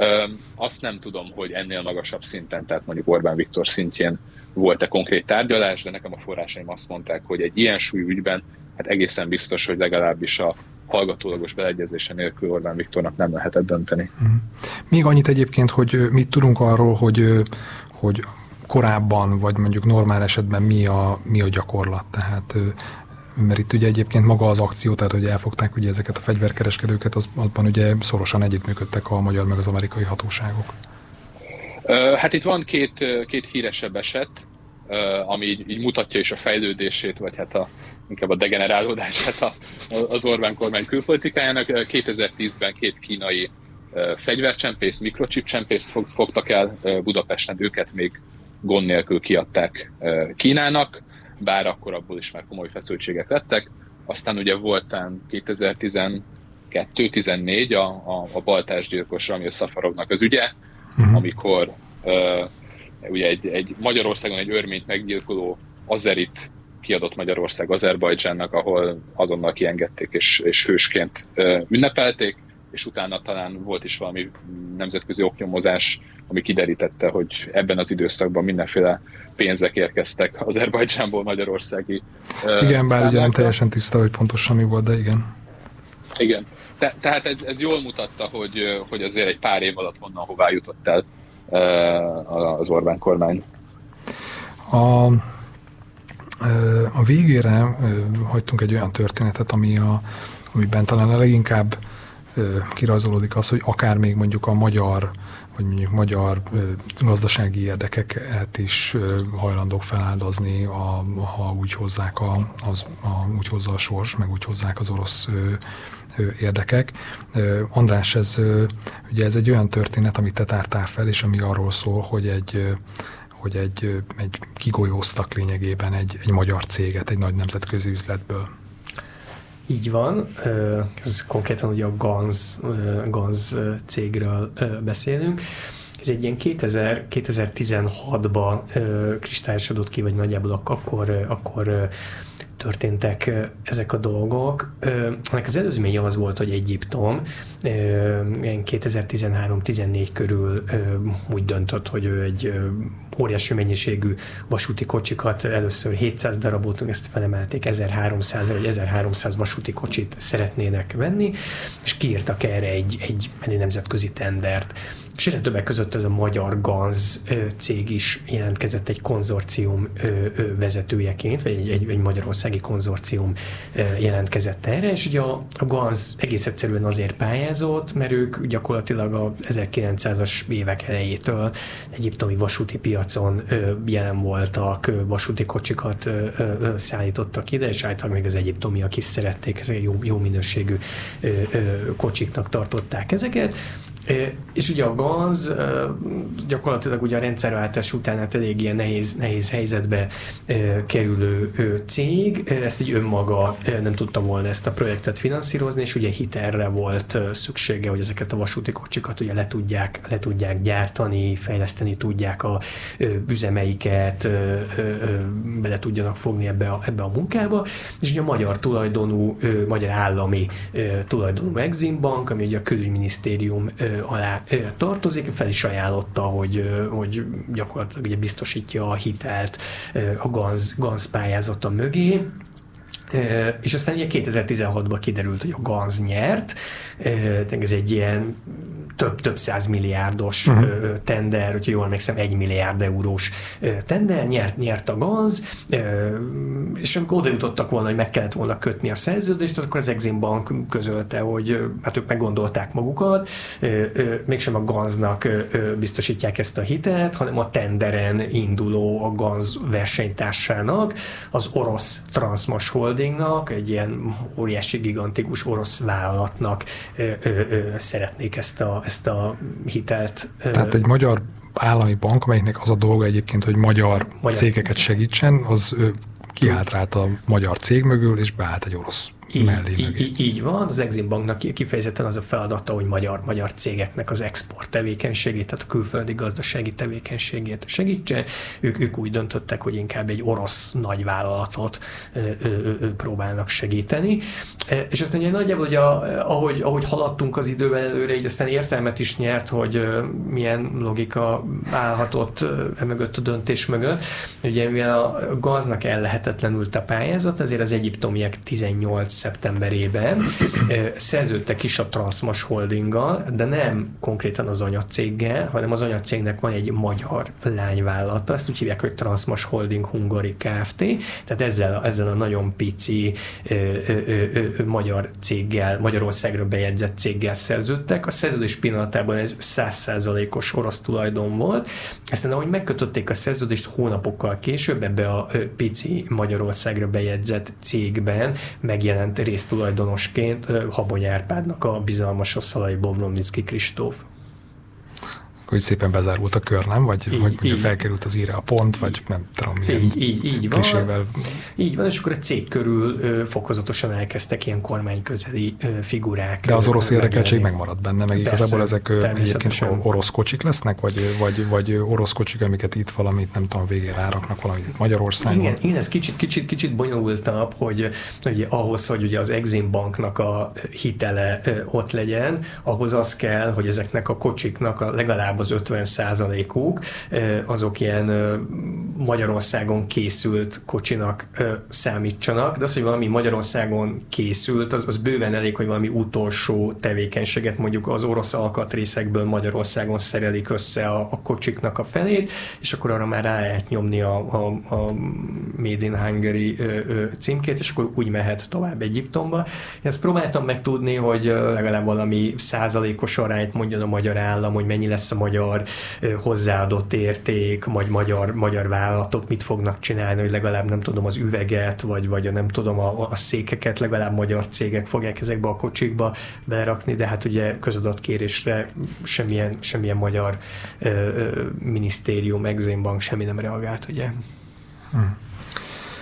Azt nem tudom, hogy ennél magasabb szinten, tehát mondjuk Orbán Viktor szintjén volt-e konkrét tárgyalás, de nekem a forrásaim azt mondták, hogy egy ilyen súlyú ügyben hát egészen biztos, hogy legalábbis a hallgatólagos beleegyezése nélkül Orbán Viktornak nem lehetett dönteni. Még annyit egyébként, hogy mit tudunk arról, hogy korábban, vagy mondjuk normál esetben mi a gyakorlat, tehát mert itt ugye egyébként maga az akció, tehát hogy elfogták ugye ezeket a fegyverkereskedőket, azban ugye szorosan együttműködtek a magyar meg az amerikai hatóságok. Hát itt van két híresebb eset, ami így mutatja is a fejlődését, vagy hát inkább a degenerálódását az Orbán kormány külpolitikájának. 2010-ben két kínai fegyvercsempészt, mikrochipcsempészt fogtak el Budapesten, őket még gond nélkül kiadták Kínának, bár akkor abból is már komoly feszültségek lettek. Aztán ugye voltán 2012-14 a baltásgyilkos Ramil Szafarovnak az ügye, amikor ugye egy Magyarországon egy örményt meggyilkoló azerit kiadott Magyarország Azerbajdzsánnak, ahol azonnal kiengedték és hősként ünnepelték, és utána talán volt is valami nemzetközi oknyomozás, ami kiderítette, hogy ebben az időszakban mindenféle pénzek érkeztek Azerbajdzsánból magyarországi igen, bár ugye nem teljesen tiszta, hogy pontosan mi volt, de igen. Igen. Tehát ez jól mutatta, hogy azért egy pár év alatt honnan hová jutott el az Orbán kormány. A végére hagytunk egy olyan történetet, amiben talán a leginkább kirajzolódik az, hogy akár még mondjuk a magyar, vagy mondjuk magyar gazdasági érdekeket is hajlandók feláldozni, ha úgy hozzák úgy hozza a sors, meg úgy hozzák az orosz érdekek. András, ugye ez egy olyan történet, amit te tártál fel, és ami arról szól, hogy egy kigolyóztak lényegében egy magyar céget, egy nagy nemzetközi üzletből. Így van, ez konkrétan ugye a GANZ cégről beszélünk. Ez egy ilyen 2016-ban kristályosodott ki, vagy nagyjából akkor történtek ezek a dolgok. Ennek az előzménye az volt, hogy Egyiptom 2013-14 körül úgy döntött, hogy ő egy óriási mennyiségű vasúti kocsikat, először 700 darabot, ezt felemelték 1300 vagy 1300 vasúti kocsit szeretnének venni, és kiírtak erre egy nemzetközi tendert. És erre többek között ez a magyar Ganz cég is jelentkezett egy konzorcium vezetőjeként, vagy egy magyarországi konzorcium jelentkezett erre, és ugye a Ganz egész egyszerűen azért pályázott, mert ők gyakorlatilag a 1900-as évek elejétől egyiptomi vasúti piacon jelen voltak, vasúti kocsikat szállítottak ide, és általában még az egyiptomiak is szerették, ezek jó minőségű kocsiknak tartották ezeket. És ugye a Ganz gyakorlatilag ugye a rendszerváltás után hát elég ilyen nehéz helyzetbe kerülő cég, ezt így önmaga nem tudta volna ezt a projektet finanszírozni, és ugye hitelre volt szüksége, hogy ezeket a vasúti kocsikat ugye le tudják gyártani, fejleszteni tudják a üzemeiket, bele tudjanak fogni ebbe a munkába, és ugye a magyar tulajdonú, magyar állami tulajdonú Exim Bank, ami ugye a külügyminisztérium alá tartozik, fel is ajánlotta, hogy gyakorlatilag ugye biztosítja a hitelt a Ganz pályázata mögé. És aztán ugye 2016-ban kiderült, hogy a Ganz nyert, ez egy ilyen több 100 milliárdos tender, hogyha jól emlékszem, 1 milliárd eurós tender, nyert a Ganz, és amikor oda jutottak volna, hogy meg kellett volna kötni a szerződést, akkor az Exim Bank közölte, hogy hát ők meggondolták magukat, mégsem a Gansnak biztosítják ezt a hitelt, hanem a tenderen induló a Ganz versenytársának, az orosz Transmash Holdingnak, egy ilyen óriási, gigantikus orosz vállalatnak szeretnék ezt a hitelt. Tehát egy magyar állami bank, amelyiknek az a dolga egyébként, hogy magyar cégeket segítsen, az kihátrált a magyar cég mögül, és beállt egy orosz mellé mögé. Így van, az Exim Banknak kifejezetten az a feladata, hogy magyar cégeknek az export tevékenységét, tehát a külföldi gazdasági tevékenységét segítse. Ők úgy döntöttek, hogy inkább egy orosz nagyvállalatot próbálnak segíteni. És aztán ugye nagyjából, hogy ahogy haladtunk az idővel előre, így aztán értelmet is nyert, hogy milyen logika állhatott mögött a döntés mögött. Ugye mivel a Gansnak ellehetetlenült a pályázat, ezért az egyiptomiak 18 szeptemberében szerződtek is a Transmash Holdinggal, de nem konkrétan az anyacéggel, hanem az anyacégnek van egy magyar lányvállalata, ezt úgy hívják, hogy Transmash Holding Hungary Kft. Tehát ezzel a nagyon pici magyar céggel, Magyarországra bejegyzett céggel szerződtek. A szerződés pillanatában ez 100%-os orosz tulajdon volt. Aztán ahogy megkötötték a szerződést, hónapokkal később ebbe a pici Magyarországra bejegyzett cégben megjelent résztulajdonosként Habony Árpádnak a bizalmasa, Szalai Bobrovnicki Kristóf. Hogy szépen bezárult a kör, nem? Vagy mondjuk felkerült az íre a pont, vagy nem tudom, milyen így klisével. Így van, és akkor a cég körül fokozatosan elkezdtek ilyen kormányközeli figurák. De az orosz érdekeltség megmaradt benne, meg igazából ezek egyébként orosz kocsik lesznek, vagy orosz kocsik, amiket itt valamit, nem tudom, végére áraknak valamit Magyarországon. Igen, ez kicsit bonyolultabb, hogy ahhoz, hogy ugye az Exim Banknak a hitele ott legyen, ahhoz az kell, hogy ezeknek a kocsiknak legalább az 50%-uk azok ilyen Magyarországon készült kocsinak számítsanak, de az, hogy valami Magyarországon készült, az bőven elég, hogy valami utolsó tevékenységet, mondjuk az orosz alkatrészekből Magyarországon szerelik össze a kocsiknak a felét, és akkor arra már rá lehet nyomni a Made in Hungary címkét, és akkor úgy mehet tovább Egyiptomba. Én ezt próbáltam megtudni, hogy legalább valami százalékos arányt mondjon a magyar állam, hogy mennyi lesz a magyar hozzáadott érték, vagy magyar vállalatok mit fognak csinálni, hogy legalább nem tudom az üveget, vagy nem tudom a székeket legalább magyar cégek fogják ezekbe a kocsikba berakni, de hát ugye közadatkérésre semmilyen magyar minisztérium, Exim Bank semmi nem reagált, ugye.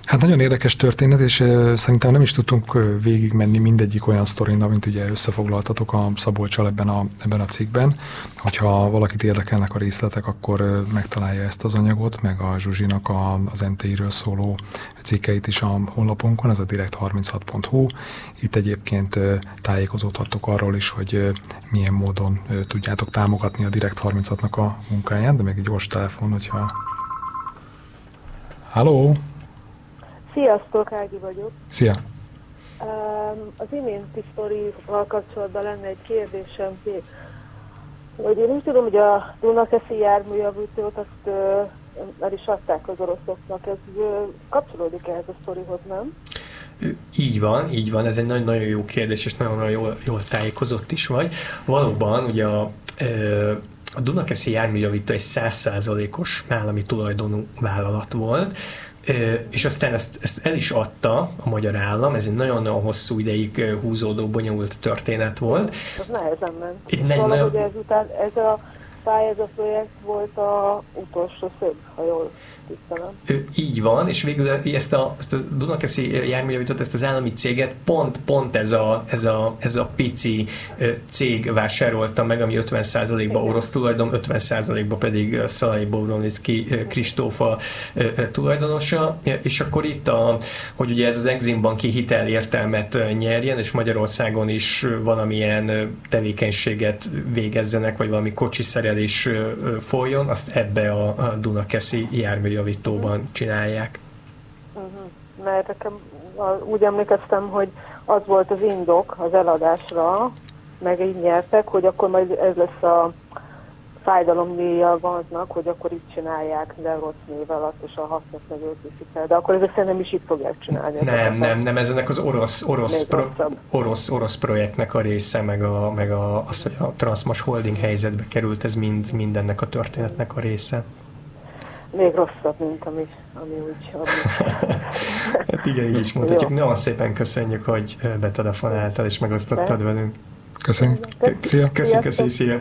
Hát nagyon érdekes történet, és szerintem nem is tudtunk végigmenni mindegyik olyan sztorin, mint ugye összefoglaltatok a Szabolccsal ebben a cikkben. Hogyha valakit érdekelnek a részletek, akkor megtalálja ezt az anyagot, meg a Zsuzsinak az MTI-ről szóló cikkeit is a honlapunkon, ez a direkt36.hu. Itt egyébként tájékozódhattok arról is, hogy milyen módon tudjátok támogatni a Direkt36-nak a munkáját, de még egy gyors telefon, hogyha... Halló! Sziasztok, Ági vagyok. Szia! Az iménti sztorival kapcsolatban lenne egy kérdésem, hogy én úgy tudom, hogy a Dunakeszi járműjavítót azt el is adták az oroszoknak. Ez kapcsolódik ehhez a sztorihoz, nem? Így van, ez egy nagyon jó kérdés, és nagyon jól tájékozott is vagy. Valóban, ugye a Dunakeszi járműjavító egy 100%-os állami tulajdonú vállalat volt, és aztán ezt el is adta a magyar állam, ez egy nagyon-nagyon hosszú ideig húzódó, bonyolult történet volt. Ez nehezen ment. Valahogy ezután ez a pályázat projekt volt a utolsó szög, ha jól tisztelem. Így van, és végül ezt a Dunakeszi járműjavítót, ezt az állami céget pont ez a pici cég vásárolta meg, ami 50%-ba orosz tulajdon, 50%-ba pedig Szalai Bobrovnicki Kristóf tulajdonosa, és akkor itt, hogy ugye ez az Exim Banki hitelértelmet nyerjen, és Magyarországon is valamilyen tevékenységet végezzenek, vagy valami kocsiszerelés folyjon, azt ebbe a Dunakeszi járműjavítóban csinálják. Mert nekem úgy emlékeztem, hogy az volt az indok az eladásra, meg így nyertek, hogy akkor majd ez lesz a fájdalomdíjjal vannak, hogy akkor itt csinálják, de rossz név alatt, és a hasznot meg ők viszik el. De akkor ezek szerintem is itt fogják csinálni. Nem, ez ennek az orosz projektnek a része, meg az, hogy a Transmas Holding helyzetbe került, ez mind ennek a történetnek a része. Még rosszabb, mint ami úgy... Hát igen, így is mondhatjuk. Nagyon szépen köszönjük, hogy betelefonáltál és megosztottad velünk. Köszönjük. Szia. Köszi, szia.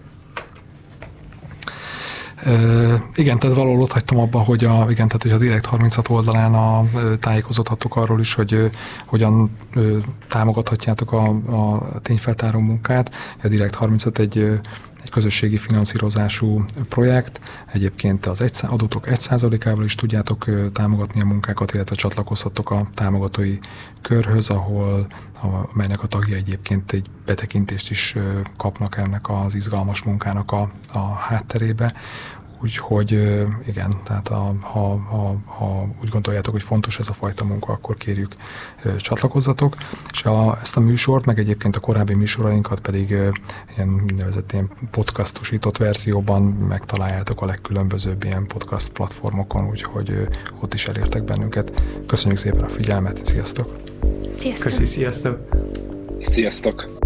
Igen, tehát valahol ott hagytam abban, hogy a Direkt36 oldalán tájékozódhatok arról is, hogy hogyan támogathatjátok a tényfeltáró munkát. A Direkt36 egy közösségi finanszírozású projekt. Egyébként az adótok 1%-ával is tudjátok támogatni a munkákat, illetve csatlakozhatok a támogatói körhöz, melynek a tagja egyébként egy betekintést is kapnak ennek az izgalmas munkának a hátterébe. Úgyhogy igen, tehát ha úgy gondoljátok, hogy fontos ez a fajta munka, akkor kérjük, csatlakozzatok. És ezt a műsort, meg egyébként a korábbi műsorainkat pedig ilyen nevezett ilyen podcastosított verzióban megtaláljátok a legkülönbözőbb ilyen podcast platformokon, úgyhogy ott is elértek bennünket. Köszönjük szépen a figyelmet, sziasztok! Sziasztok! Köszi, sziasztok! Sziasztok!